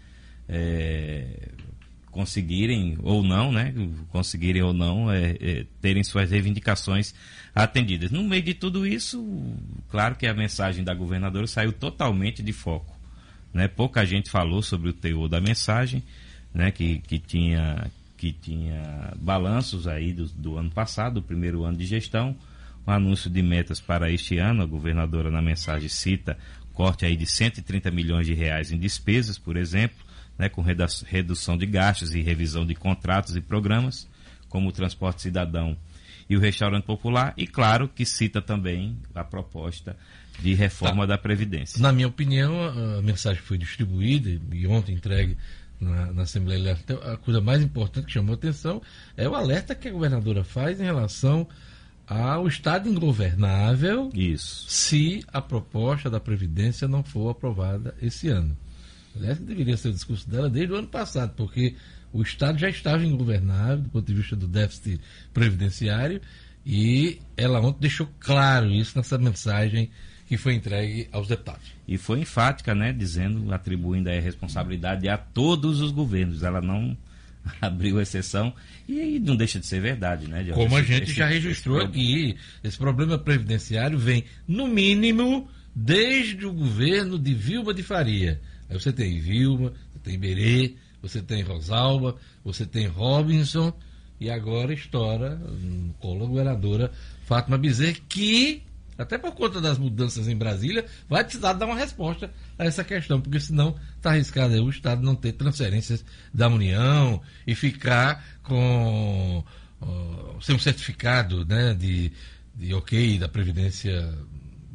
Speaker 13: é, conseguirem ou não, né, conseguirem ou não é, é, terem suas reivindicações atendidas. No meio de tudo isso, claro que a mensagem da governadora saiu totalmente de foco, né? Pouca gente falou sobre o teor da mensagem, né, que, que, tinha, que tinha balanços aí do, do ano passado, do primeiro ano de gestão, um anúncio de metas para este ano. A governadora na mensagem cita corte aí de cento e trinta milhões de reais em despesas, por exemplo, né, com redução de gastos e revisão de contratos e programas, como o transporte cidadão e o restaurante popular, e claro que cita também a proposta de reforma tá. da Previdência.
Speaker 1: Na minha opinião, a mensagem foi distribuída e ontem entregue Na, na Assembleia Legislativa. A coisa mais importante que chamou a atenção é o alerta que a governadora faz em relação ao estado ingovernável.
Speaker 13: Isso.
Speaker 1: Se a proposta da Previdência não for aprovada esse ano. Aliás, deveria ser o discurso dela desde o ano passado, porque o estado já estava ingovernável do ponto de vista do déficit previdenciário e ela ontem deixou claro isso nessa mensagem que foi entregue aos deputados.
Speaker 13: E foi enfática, né, dizendo, atribuindo a responsabilidade a todos os governos. Ela não abriu exceção e não deixa de ser verdade, né? De
Speaker 1: Como a gente esse, já registrou esse aqui, esse problema previdenciário vem, no mínimo, desde o governo de Vilma de Faria. Aí você tem Vilma, você tem Iberê, você tem Rosalba, você tem Robinson e agora estoura no colo da governadora Fátima Bezerra, que até por conta das mudanças em Brasília, vai precisar dar uma resposta a essa questão, porque senão está arriscado aí o Estado não ter transferências da União e ficar com uh, sem um certificado, né, de, de ok da Previdência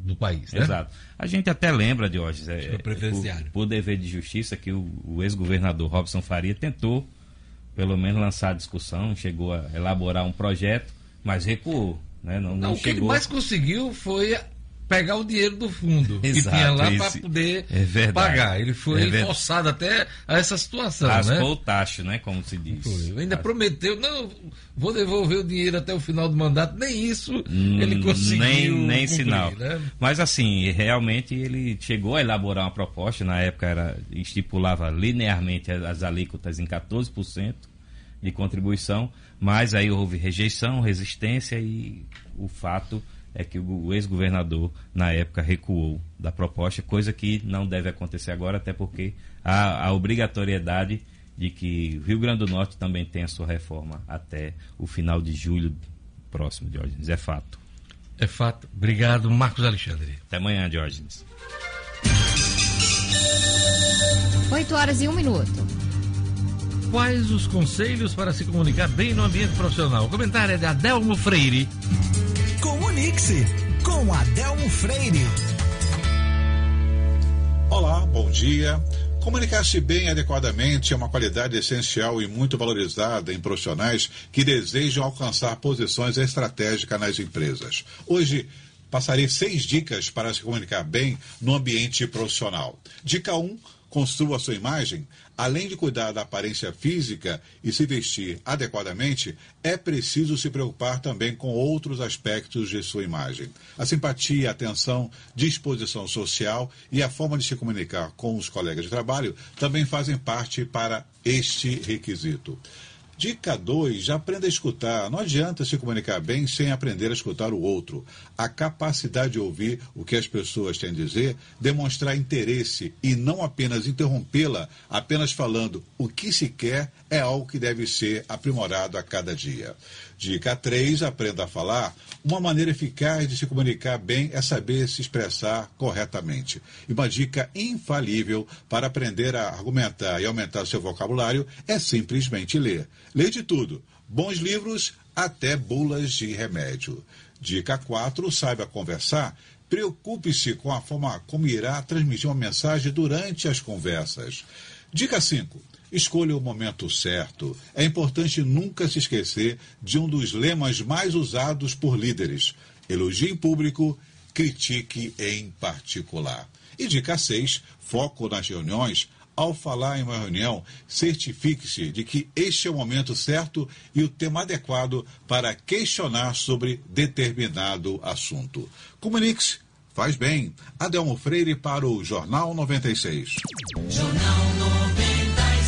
Speaker 1: do país, né?
Speaker 13: Exato. A gente até lembra, Diógenes, é,
Speaker 1: é preferenciário.
Speaker 13: por, por dever de justiça, que o, o ex-governador Robson Faria tentou, pelo menos, lançar a discussão, chegou a elaborar um projeto, mas recuou. Né? Não, não,
Speaker 1: não,
Speaker 13: chegou...
Speaker 1: O que ele mais conseguiu foi pegar o dinheiro do fundo
Speaker 13: Exato,
Speaker 1: que tinha lá para
Speaker 13: esse...
Speaker 1: poder
Speaker 13: é
Speaker 1: pagar. Ele foi
Speaker 13: é
Speaker 1: forçado até a essa situação.
Speaker 13: Raspou
Speaker 1: né?
Speaker 13: o tacho, né? Como se diz.
Speaker 1: Foi. Ainda As... prometeu, não, vou devolver o dinheiro até o final do mandato. Nem isso hum, ele conseguiu.
Speaker 13: Nem, nem
Speaker 1: cumprir,
Speaker 13: sinal.
Speaker 1: Né?
Speaker 13: Mas assim, realmente ele chegou a elaborar uma proposta, na época era, estipulava linearmente as alíquotas em quatorze por cento de contribuição, mas aí houve rejeição, resistência e o fato é que o ex-governador, na época, recuou da proposta, coisa que não deve acontecer agora, até porque há a obrigatoriedade de que o Rio Grande do Norte também tenha a sua reforma até o final de julho próximo, Diógenes. É fato.
Speaker 1: É fato. Obrigado, Marcos Alexandre.
Speaker 13: Até amanhã, Diógenes.
Speaker 2: oito horas e um minuto.
Speaker 1: Quais os conselhos para se comunicar bem no ambiente profissional? O comentário é de Adelmo Freire.
Speaker 8: Comunique-se com Adelmo Freire.
Speaker 14: Olá, bom dia. Comunicar-se bem e adequadamente é uma qualidade essencial e muito valorizada em profissionais que desejam alcançar posições estratégicas nas empresas. Hoje, passarei seis dicas para se comunicar bem no ambiente profissional. Dica um. Construa sua imagem. Além de cuidar da aparência física e se vestir adequadamente, é preciso se preocupar também com outros aspectos de sua imagem. A simpatia, a atenção, disposição social e a forma de se comunicar com os colegas de trabalho também fazem parte para este requisito. Dica dois, aprenda a escutar. Não adianta se comunicar bem sem aprender a escutar o outro. A capacidade de ouvir o que as pessoas têm a dizer, demonstrar interesse e não apenas interrompê-la, apenas falando o que se quer, é algo que deve ser aprimorado a cada dia. Dica três, aprenda a falar. Uma maneira eficaz de se comunicar bem é saber se expressar corretamente. E uma dica infalível para aprender a argumentar e aumentar seu vocabulário é simplesmente ler. Lê de tudo, bons livros até bulas de remédio. Dica quatro, saiba conversar. Preocupe-se com a forma como irá transmitir uma mensagem durante as conversas. Dica cinco. Escolha o momento certo. É importante nunca se esquecer de um dos lemas mais usados por líderes. Elogie em público, critique em particular. E dica seis, foco nas reuniões. Ao falar em uma reunião, certifique-se de que este é o momento certo e o tema adequado para questionar sobre determinado assunto. Comunique-se, faz bem. Adelmo Freire para o Jornal noventa e seis.
Speaker 7: Jornal noventa e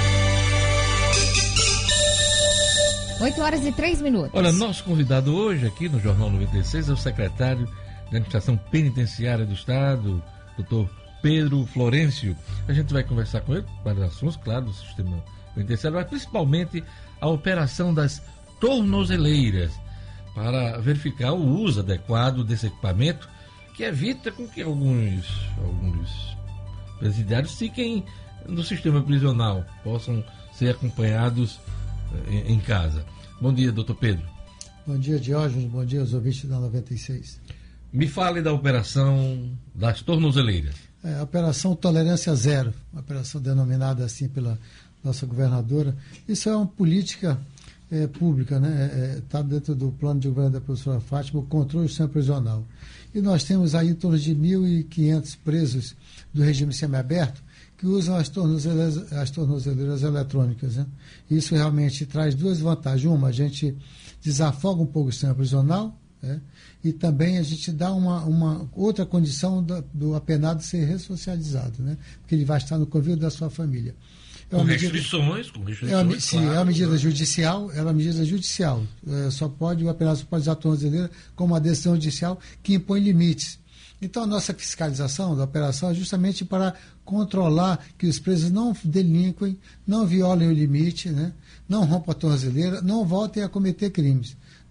Speaker 7: seis.
Speaker 2: oito horas e três minutos.
Speaker 1: Olha, nosso convidado hoje aqui no Jornal noventa e seis é o secretário de Administração Penitenciária do Estado, doutor Pedro Florencio. A gente vai conversar com ele para assuntos, claro, do sistema penitenciário, mas principalmente a operação das tornozeleiras, para verificar o uso adequado desse equipamento, que evita com que alguns, alguns presidiários fiquem no sistema prisional, possam ser acompanhados em, em casa. Bom dia, doutor Pedro.
Speaker 15: Bom dia, Diógenes. Bom dia aos ouvintes da noventa e seis.
Speaker 1: Me fale da operação das tornozeleiras.
Speaker 15: É, a Operação Tolerância Zero, uma operação denominada assim pela nossa governadora. Isso é uma política é, pública, né? Está é, dentro do plano de governo da professora Fátima, o controle do sistema prisional. E nós temos aí em torno de mil e quinhentos presos do regime semiaberto que usam as tornozeleiras, as tornozeleiras eletrônicas, né? Isso realmente traz duas vantagens. Uma, a gente desafoga um pouco o sistema prisional, né? E também a gente dá uma, uma outra condição do, do apenado ser ressocializado, né? Porque ele vai estar no convívio da sua família.
Speaker 1: É com, medida, restrições, com restrições,
Speaker 15: é uma, sim, claro, é uma medida claro. judicial, é uma medida judicial. É, só pode, o apenado só pode usar a tornozeleira como uma decisão judicial que impõe limites. Então, a nossa fiscalização da operação é justamente para controlar que os presos não delinquem, não violem o limite, né? Não rompam a tornozeleira, não voltem a cometer crimes.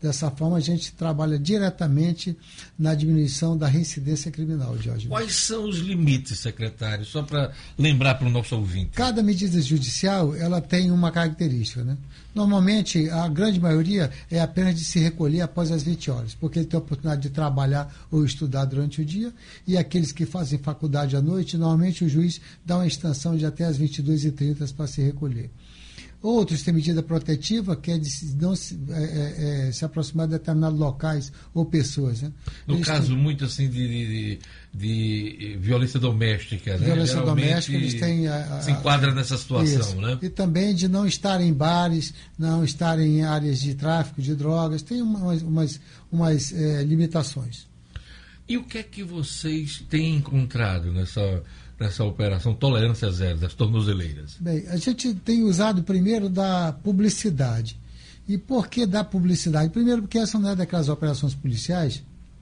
Speaker 15: Dessa forma, a gente trabalha diretamente na diminuição da reincidência criminal, Jorge.
Speaker 1: Quais são os limites, secretário? Só para lembrar para o nosso ouvinte.
Speaker 15: Cada medida judicial, ela tem uma característica, né? Normalmente, a grande maioria é apenas de se recolher após as vinte horas, porque ele tem a oportunidade de trabalhar ou estudar durante o dia, e aqueles que fazem faculdade à noite, normalmente o juiz dá uma extensão de até as vinte e duas e trinta para se recolher. Outros têm medida protetiva, que é de não se, é, é, se aproximar de determinados locais ou pessoas. Né?
Speaker 1: No
Speaker 15: eles
Speaker 1: caso
Speaker 15: têm,
Speaker 1: muito assim de, de, de, de violência doméstica, né?
Speaker 15: Violência doméstica, eles têm... A, a,
Speaker 1: se enquadra nessa situação,
Speaker 15: isso.
Speaker 1: Né?
Speaker 15: E também de não estar em bares, não estar em áreas de tráfico de drogas, tem umas, umas, umas é, limitações.
Speaker 1: E o que é que vocês têm encontrado nessa... nessa operação Tolerância Zero, das tornozeleiras?
Speaker 15: Bem, a gente tem usado primeiro da publicidade. E por que da publicidade? Primeiro porque essa não é daquelas operações policiais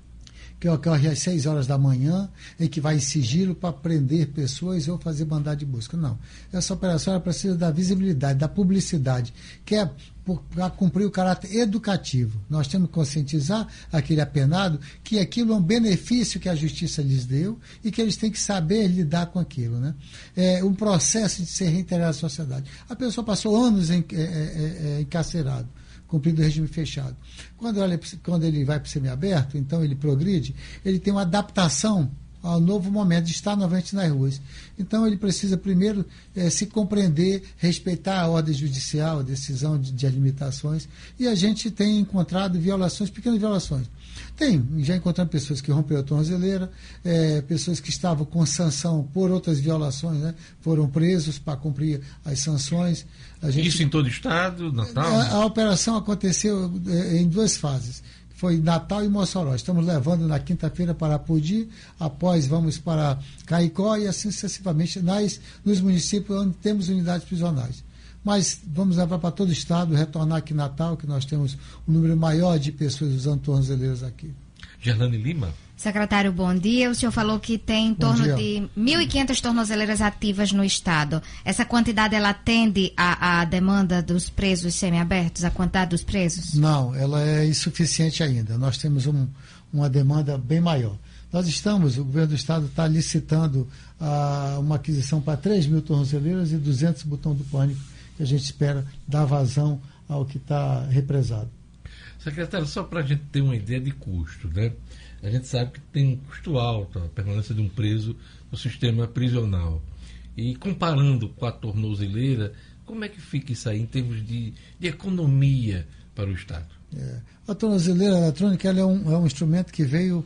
Speaker 15: que ocorre às seis horas da manhã e que vai em sigilo para prender pessoas ou fazer mandado de busca. Não. Essa operação ela precisa da visibilidade, da publicidade, que é para cumprir o caráter educativo. Nós temos que conscientizar aquele apenado que aquilo é um benefício que a justiça lhes deu e que eles têm que saber lidar com aquilo. Né? É um processo de ser reintegrado à sociedade. A pessoa passou anos em, é, é, é, encarcerado, cumprindo o regime fechado. Quando ele, quando ele vai para o semiaberto, então ele progride, ele tem uma adaptação ao novo momento de estar novamente nas ruas. Então ele precisa primeiro eh, se compreender, respeitar a ordem judicial, a decisão de, de limitações, e a gente tem encontrado violações, pequenas violações. Tem, já encontramos pessoas que romperam a tornozeleira, eh, pessoas que estavam com sanção por outras violações, né, foram presos para cumprir as sanções. A gente,
Speaker 1: Isso em todo o estado, Natal?
Speaker 15: A, a operação aconteceu eh, em duas fases. Foi Natal e Mossoró. Estamos levando na quinta-feira para Apodi, após vamos para Caicó e assim sucessivamente nas, nos municípios onde temos unidades prisionais. Mas vamos levar para todo o estado, retornar aqui em Natal, que nós temos um número maior de pessoas usando tornozeleiras aqui.
Speaker 1: Gerlane Lima.
Speaker 2: Secretário, bom dia. O senhor falou que tem em torno de mil e quinhentas tornozeleiras ativas no estado. Essa quantidade, ela atende à, à demanda dos presos semiabertos, a quantidade dos presos?
Speaker 15: Não, ela é insuficiente ainda. Nós temos um, uma demanda bem maior. Nós estamos, o governo do estado está licitando ah, uma aquisição para três mil tornozeleiras e duzentos botões do pânico, que a gente espera dar vazão ao que está represado.
Speaker 1: Secretário, só para a gente ter uma ideia de custo, né? A gente sabe que tem um custo alto a permanência de um preso no sistema prisional. E comparando com a tornozeleira, como é que fica isso aí em termos de, de economia para o Estado?
Speaker 15: É, a tornozeleira eletrônica ela é, um, é um instrumento que veio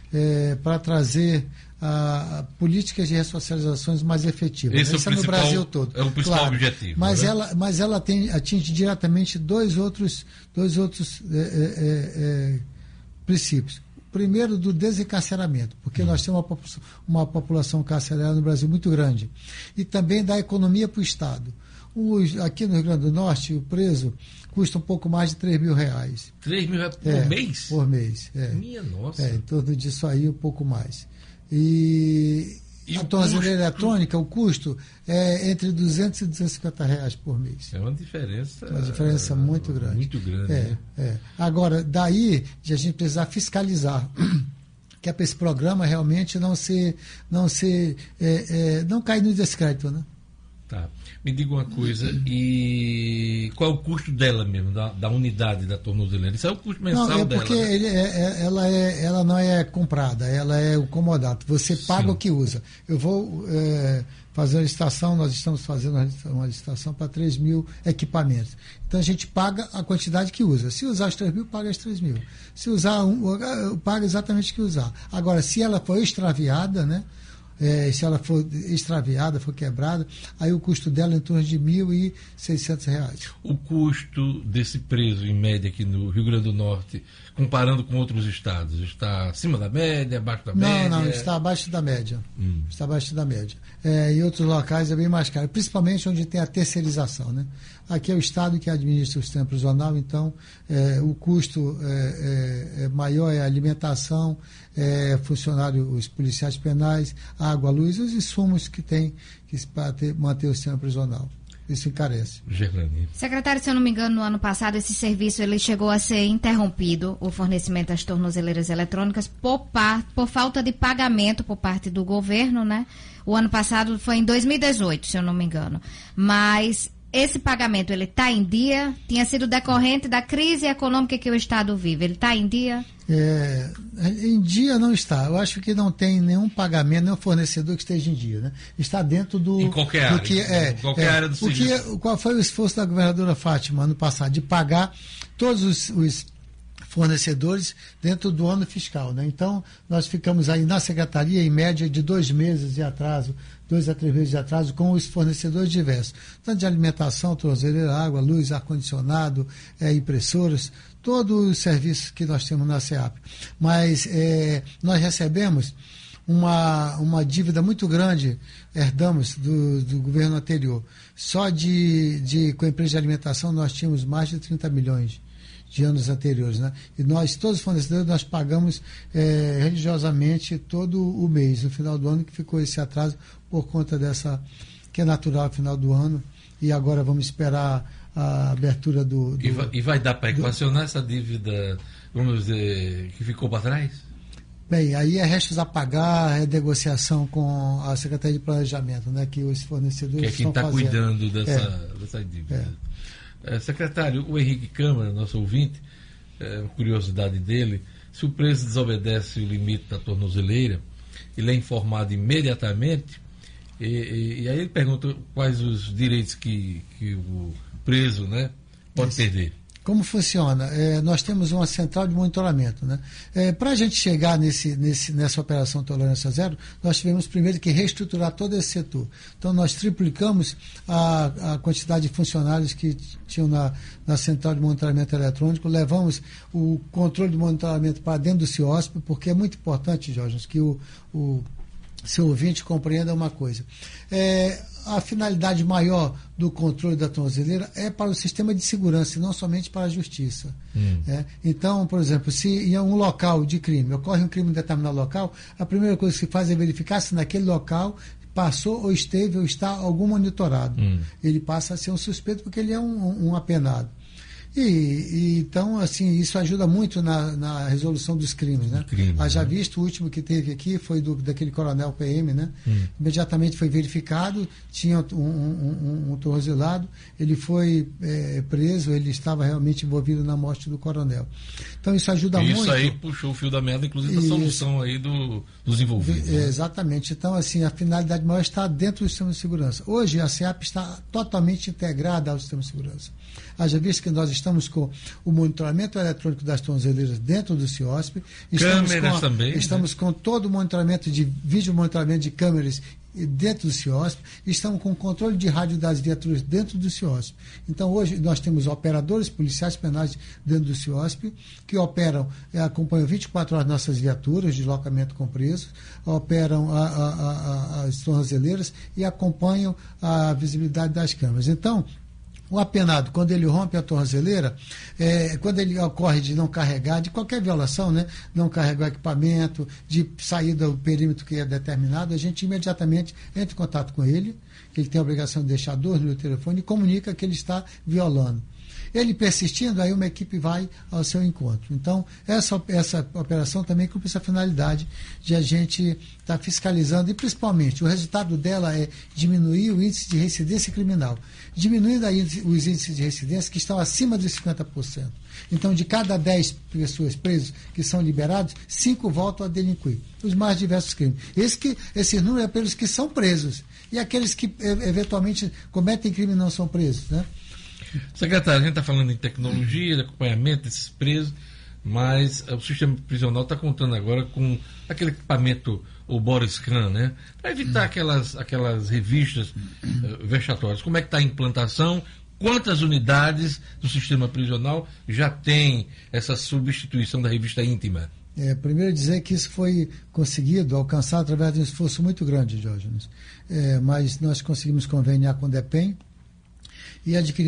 Speaker 15: é, para trazer a, a políticas de ressocializações mais efetivas.
Speaker 1: Esse
Speaker 15: Isso
Speaker 1: é, o
Speaker 15: é no Brasil todo.
Speaker 1: É o principal
Speaker 15: claro,
Speaker 1: objetivo.
Speaker 15: Mas,
Speaker 1: né?
Speaker 15: ela, mas ela tem, atinge diretamente dois outros, dois outros é, é, é, princípios. Primeiro, do desencarceramento, porque hum. nós temos uma população, uma população carcerária no Brasil muito grande. E também da economia para o Estado. Os, aqui no Rio Grande do Norte, o preso custa um pouco mais de três mil reais.
Speaker 1: três mil reais por
Speaker 15: é,
Speaker 1: mês?
Speaker 15: Por mês, é.
Speaker 1: Minha nossa.
Speaker 15: É, em torno disso aí, um pouco mais. E, e a tornozeleira eletrônica, o custo é entre duzentos e duzentos e cinquenta reais por mês.
Speaker 1: É uma diferença...
Speaker 15: Uma diferença muito grande.
Speaker 1: Muito grande,
Speaker 15: é,
Speaker 1: né?
Speaker 15: é. Agora, daí de a gente precisar fiscalizar, que é para esse programa realmente não ser... Não, ser, é, é, não cair no descrédito, né?
Speaker 1: Tá. Me diga uma coisa, e qual é o custo dela mesmo, da, da unidade da tornozeleira? Isso é o custo mensal dela?
Speaker 15: Não, é porque
Speaker 1: dela, né?
Speaker 15: ele é, é, ela, é, ela não é comprada, ela é o comodato. Você paga Sim. o que usa. Eu vou é, fazer uma licitação, nós estamos fazendo uma licitação para três mil equipamentos. Então a gente paga a quantidade que usa. Se usar os três mil, paga os três mil. Se usar um, paga exatamente o que usar. Agora, se ela for extraviada, né? É, se ela for extraviada, for quebrada, aí o custo dela é em torno de mil e seiscentos reais.
Speaker 1: O custo desse preso, em média, aqui no Rio Grande do Norte, comparando com outros estados, está acima da média, abaixo da
Speaker 15: não,
Speaker 1: média?
Speaker 15: Não, não, está abaixo da média.
Speaker 1: Hum.
Speaker 15: Está abaixo da média. É, em outros locais é bem mais caro, principalmente onde tem a terceirização, né? Aqui é o Estado que administra o sistema prisional, então é, o custo é, é, é maior, é a alimentação, é funcionário, os policiais penais, água, luz, os insumos que tem que, para ter, manter o sistema prisional. isso encarece.
Speaker 1: Gerlani.
Speaker 2: Secretário, se eu não me engano, no ano passado esse serviço ele chegou a ser interrompido, o fornecimento das tornozeleiras eletrônicas, por, par, por falta de pagamento por parte do governo, né? O ano passado foi em dois mil e dezoito, se eu não me engano. Mas esse pagamento, ele está em dia? Tinha sido decorrente da crise econômica que o Estado vive. Ele está em dia?
Speaker 15: É, em dia não está. Eu acho que não tem nenhum pagamento, nenhum fornecedor que esteja em dia, né? Está dentro do...
Speaker 1: Em qualquer área.
Speaker 15: Do que, é,
Speaker 1: em qualquer
Speaker 15: é,
Speaker 1: área do
Speaker 15: o que, Qual foi o esforço da governadora Fátima ano passado? De pagar todos os... os fornecedores dentro do ano fiscal, né? Então, nós ficamos aí na secretaria em média de dois meses de atraso, dois a três meses de atraso com os fornecedores diversos, tanto de alimentação, tornozeleira, água, luz, ar-condicionado, é, impressoras, todos os serviços que nós temos na SEAP. Mas é, nós recebemos uma, uma dívida muito grande, herdamos do, do governo anterior. Só de, de, com a empresa de alimentação nós tínhamos mais de trinta milhões de anos anteriores, né? E nós, todos os fornecedores, nós pagamos é, religiosamente todo o mês, no final do ano, que ficou esse atraso por conta dessa, que é natural no final do ano, e agora vamos esperar a abertura do... do
Speaker 1: e, vai, e vai dar para equacionar do, essa dívida, vamos dizer, que ficou para trás?
Speaker 15: Bem, aí é restos a pagar, é negociação com a Secretaria de Planejamento, né? Que os fornecedores
Speaker 1: que é quem está cuidando dessa,
Speaker 15: é.
Speaker 1: dessa dívida. É. É, secretário, o Henrique Câmara, nosso ouvinte, é, uma curiosidade dele, se o preso desobedece o limite da tornozeleira, ele é informado imediatamente, e, e, e aí ele pergunta quais os direitos que, que o preso, né, pode Isso. perder.
Speaker 15: Como funciona? É, nós temos uma central de monitoramento, né? É, para a gente chegar nesse, nesse, nessa operação Tolerância Zero, nós tivemos primeiro que reestruturar todo esse setor. Então, nós triplicamos a, a quantidade de funcionários que tinham na, na central de monitoramento eletrônico, levamos o controle de monitoramento para dentro do CIOSP, porque é muito importante, Jorge, que o, o seu ouvinte compreenda uma coisa. É, a finalidade maior do controle da tornozeleira é para o sistema de segurança e não somente para a justiça. Hum. É, então, por exemplo, se em um local de crime ocorre um crime em determinado local, a primeira coisa que se faz é verificar se naquele local passou ou esteve ou está algum monitorado. Hum. Ele passa a ser um suspeito porque ele é um, um apenado. E, e, então, assim, isso ajuda muito na, na resolução dos crimes, né? Crime, ah, já né? visto, o último que teve aqui foi do, daquele coronel P M, né? Hum. Imediatamente foi verificado, tinha um, um, um, um tornozelado, ele foi é, preso, ele estava realmente envolvido na morte do coronel. Então, isso ajuda
Speaker 1: isso
Speaker 15: muito.
Speaker 1: Isso aí puxou o fio da meada, inclusive, da solução aí do, dos envolvidos.
Speaker 15: É, exatamente. Então, assim, a finalidade maior está dentro do sistema de segurança. Hoje, a SEAP está totalmente integrada ao sistema de segurança. Haja visto que nós estamos com o monitoramento eletrônico das tornozeleiras dentro do CIOSP. Estamos
Speaker 1: câmeras
Speaker 15: com,
Speaker 1: também.
Speaker 15: Estamos né? com todo o monitoramento de vídeo monitoramento de câmeras dentro do CIOSP. Estamos com o controle de rádio das viaturas dentro do CIOSP. Então, hoje, nós temos operadores policiais penais dentro do CIOSP que operam, é, acompanham vinte e quatro horas nossas viaturas de locamento com presos, operam a, a, a, as tornozeleiras e acompanham a visibilidade das câmeras. Então, o apenado, quando ele rompe a tornozeleira, é, quando ele ocorre de não carregar, de qualquer violação, né, não carregar o equipamento, de sair do perímetro que é determinado, a gente imediatamente entra em contato com ele, que ele tem a obrigação de deixar dois no telefone e comunica que ele está violando. Ele persistindo, aí uma equipe vai ao seu encontro. Então, essa, essa operação também cumpre essa finalidade de a gente estar tá fiscalizando, e principalmente o resultado dela é diminuir o índice de reincidência criminal. Diminuindo aí os índices de reincidência que estão acima dos cinquenta por cento. Então, de cada dez pessoas presas que são liberados, cinco voltam a delinquir. Os mais diversos crimes. Esse, que, esse número é pelos que são presos. E aqueles que eventualmente cometem crime e não são presos, né?
Speaker 1: Secretário, a gente está falando em tecnologia, de acompanhamento desses presos, mas o sistema prisional está contando agora com aquele equipamento, o Boriscan, né? Para evitar hum. aquelas, aquelas revistas uh, vexatórias. Como é que está a implantação? Quantas unidades do sistema prisional já tem essa substituição da revista íntima?
Speaker 15: É, primeiro dizer que isso foi conseguido, alcançado através de um esforço muito grande, Diógenes. É, mas nós conseguimos conveniar com o DEPEN e adquirimos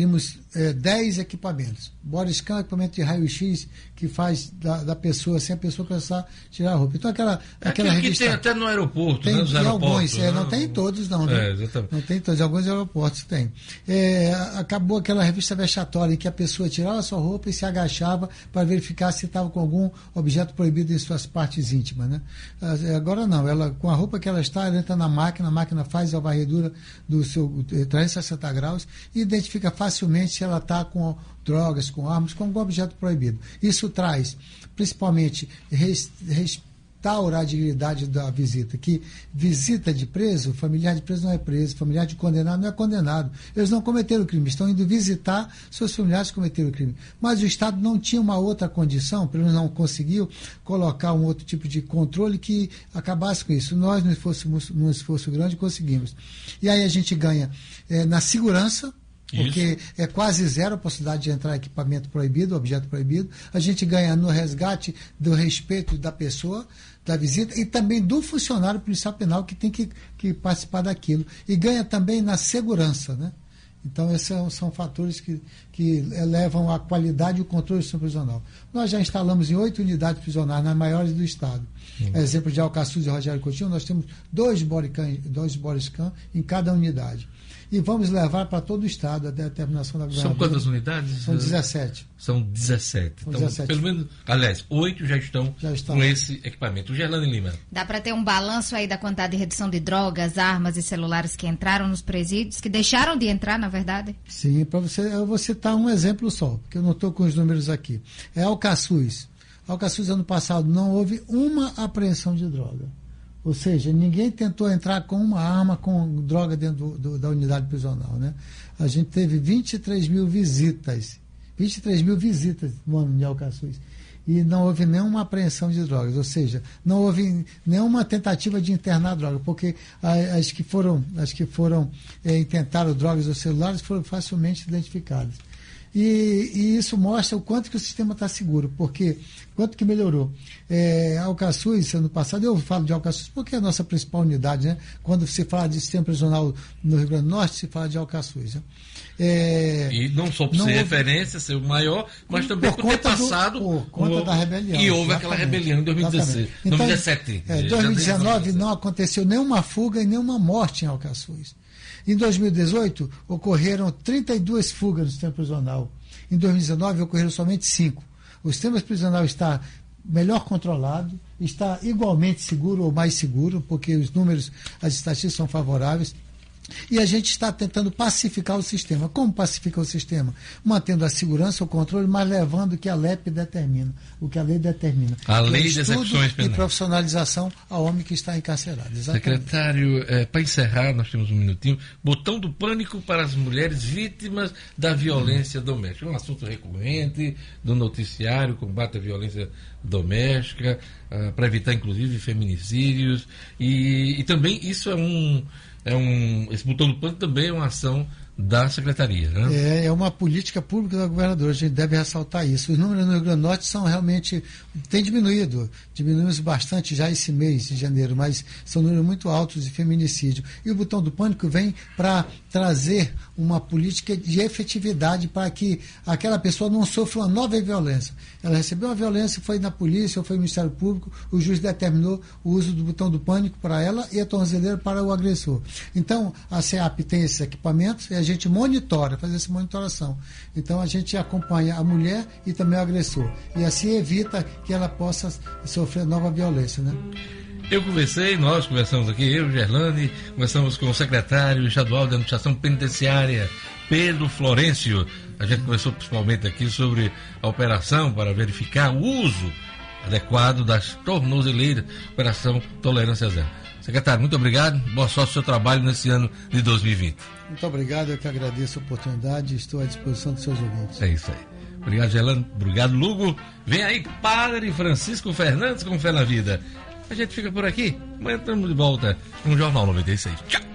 Speaker 15: é, dez equipamentos. Body scan é equipamento de raio-x que faz da, da pessoa, sem a pessoa começar a tirar a roupa. Então aquela, aquela revista...
Speaker 1: que tem até no aeroporto,
Speaker 15: tem,
Speaker 1: né? Nos
Speaker 15: tem
Speaker 1: aeroportos,
Speaker 15: alguns, é, não tem em todos não, né?
Speaker 1: É, exatamente.
Speaker 15: Não tem em todos, alguns aeroportos tem. É, acabou aquela revista vexatória em que a pessoa tirava a sua roupa e se agachava para verificar se estava com algum objeto proibido em suas partes íntimas, né? Agora não, ela, com a roupa que ela está, ela entra na máquina, a máquina faz a varredura do seu trezentos e sessenta graus e identifica facilmente se ela está com drogas, com armas, com algum objeto proibido. Isso traz, principalmente, res, restaura a dignidade da visita, que visita de preso, familiar de preso não é preso, familiar de condenado não é condenado. Eles não cometeram o crime, estão indo visitar seus familiares que cometeram o crime. Mas o Estado não tinha uma outra condição, pelo menos não conseguiu colocar um outro tipo de controle que acabasse com isso. Nós, no esforço, num esforço grande, conseguimos. E aí a gente ganha é, na segurança, porque isso. É quase zero a possibilidade de entrar equipamento proibido, objeto proibido. A gente ganha no resgate do respeito da pessoa, da visita, e também do funcionário policial penal que tem que, que participar daquilo. E ganha também na segurança, né? Então, esses são, são fatores que, que elevam a qualidade e o controle do sistema prisional. Nós já instalamos em oito unidades prisionais, nas maiores do Estado. Hum. Exemplo de Alcaçuz e Rogério Coutinho, nós temos dois bodycam, dois bodycam em cada unidade. E vamos levar para todo o Estado até a terminação da governadora.
Speaker 1: São quantas unidades?
Speaker 15: São dezessete.
Speaker 1: São dezessete.
Speaker 15: São
Speaker 1: então,
Speaker 15: dezessete.
Speaker 1: Pelo menos, aliás, oito já estão, já estão com esse equipamento. Gerlane Lima.
Speaker 2: Dá para ter um balanço aí da quantidade de redução de drogas, armas e celulares que entraram nos presídios, que deixaram de entrar, na verdade?
Speaker 15: Sim, para você, eu vou citar um exemplo só, porque eu não estou com os números aqui. É Alcaçuz. Alcaçuz, ano passado, não houve uma apreensão de droga. Ou seja, ninguém tentou entrar com uma arma, com droga dentro do, do, da unidade prisional, né? A gente teve vinte e três mil visitas, vinte e três mil visitas no ano de Alcaçuz, e não houve nenhuma apreensão de drogas, ou seja, não houve nenhuma tentativa de internar droga, porque as que foram, as que foram é, intentaram drogas ou celulares foram facilmente identificadas. E, e isso mostra o quanto que o sistema está seguro, porque quanto que melhorou. É, Alcaçuz, ano passado, eu falo de Alcaçuz porque é a nossa principal unidade, né? Quando se fala de sistema prisional no Rio Grande do Norte, se fala de Alcaçuz. Né? É,
Speaker 1: e não só por não ser houve... referência, ser o maior, mas também por, por ter passado...
Speaker 15: Do, por conta da rebelião.
Speaker 1: E houve aquela rebelião em dois mil e dezesseis,
Speaker 15: então,
Speaker 1: dois mil e dezessete.
Speaker 15: É, dois mil e dezenove não aconteceu nenhuma fuga e nenhuma morte em Alcaçuz. Em dois mil e dezoito, ocorreram trinta e duas fugas no sistema prisional. Em dois mil e dezenove, ocorreram somente cinco. O sistema prisional está melhor controlado, está igualmente seguro ou mais seguro, porque os números, as estatísticas são favoráveis. E a gente está tentando pacificar o sistema. Como pacificar o sistema? Mantendo a segurança, o controle, mas levando o que a L E P determina, o que a lei determina.
Speaker 1: A lei de execuções penais.
Speaker 15: E profissionalização ao homem que está encarcerado. Exatamente.
Speaker 1: Secretário, é, para encerrar, nós temos um minutinho. Botão do pânico para as mulheres vítimas da violência doméstica. É um assunto recorrente do noticiário, combate à violência doméstica, uh, para evitar, inclusive, feminicídios. E, e também isso é um... É um, esse botão do pânico também é uma ação da Secretaria, né?
Speaker 15: É, é uma política pública da governadora, a gente deve ressaltar isso. Os números no Rio Grande do Norte são realmente, tem diminuído, diminuímos bastante já esse mês de janeiro, mas são números muito altos de feminicídio. E o botão do pânico vem para trazer uma política de efetividade para que aquela pessoa não sofra uma nova violência. Ela recebeu uma violência, foi na polícia ou foi no Ministério Público, o juiz determinou o uso do botão do pânico para ela e a tornozeleira para o agressor. Então, a SEAP tem esses equipamentos e a gente monitora, faz essa monitoração. Então, a gente acompanha a mulher e também o agressor. E assim evita que ela possa sofrer nova violência, né?
Speaker 1: Eu conversei, nós conversamos aqui, eu, Gerlane, conversamos com o secretário estadual de Administração Penitenciária, Pedro Florencio. A gente conversou principalmente aqui sobre a operação para verificar o uso adequado das tornozeleiras, Operação Tolerância Zero. Secretário, muito obrigado, boa sorte no seu trabalho nesse ano de dois mil e vinte.
Speaker 15: Muito obrigado, eu que agradeço a oportunidade e estou à disposição dos seus ouvintes.
Speaker 1: É isso aí. Obrigado, Gerlane, obrigado, Lugo. Vem aí, Padre Francisco Fernandes com Fé na Vida. A gente fica por aqui, amanhã estamos de volta com o Jornal noventa e seis. Tchau!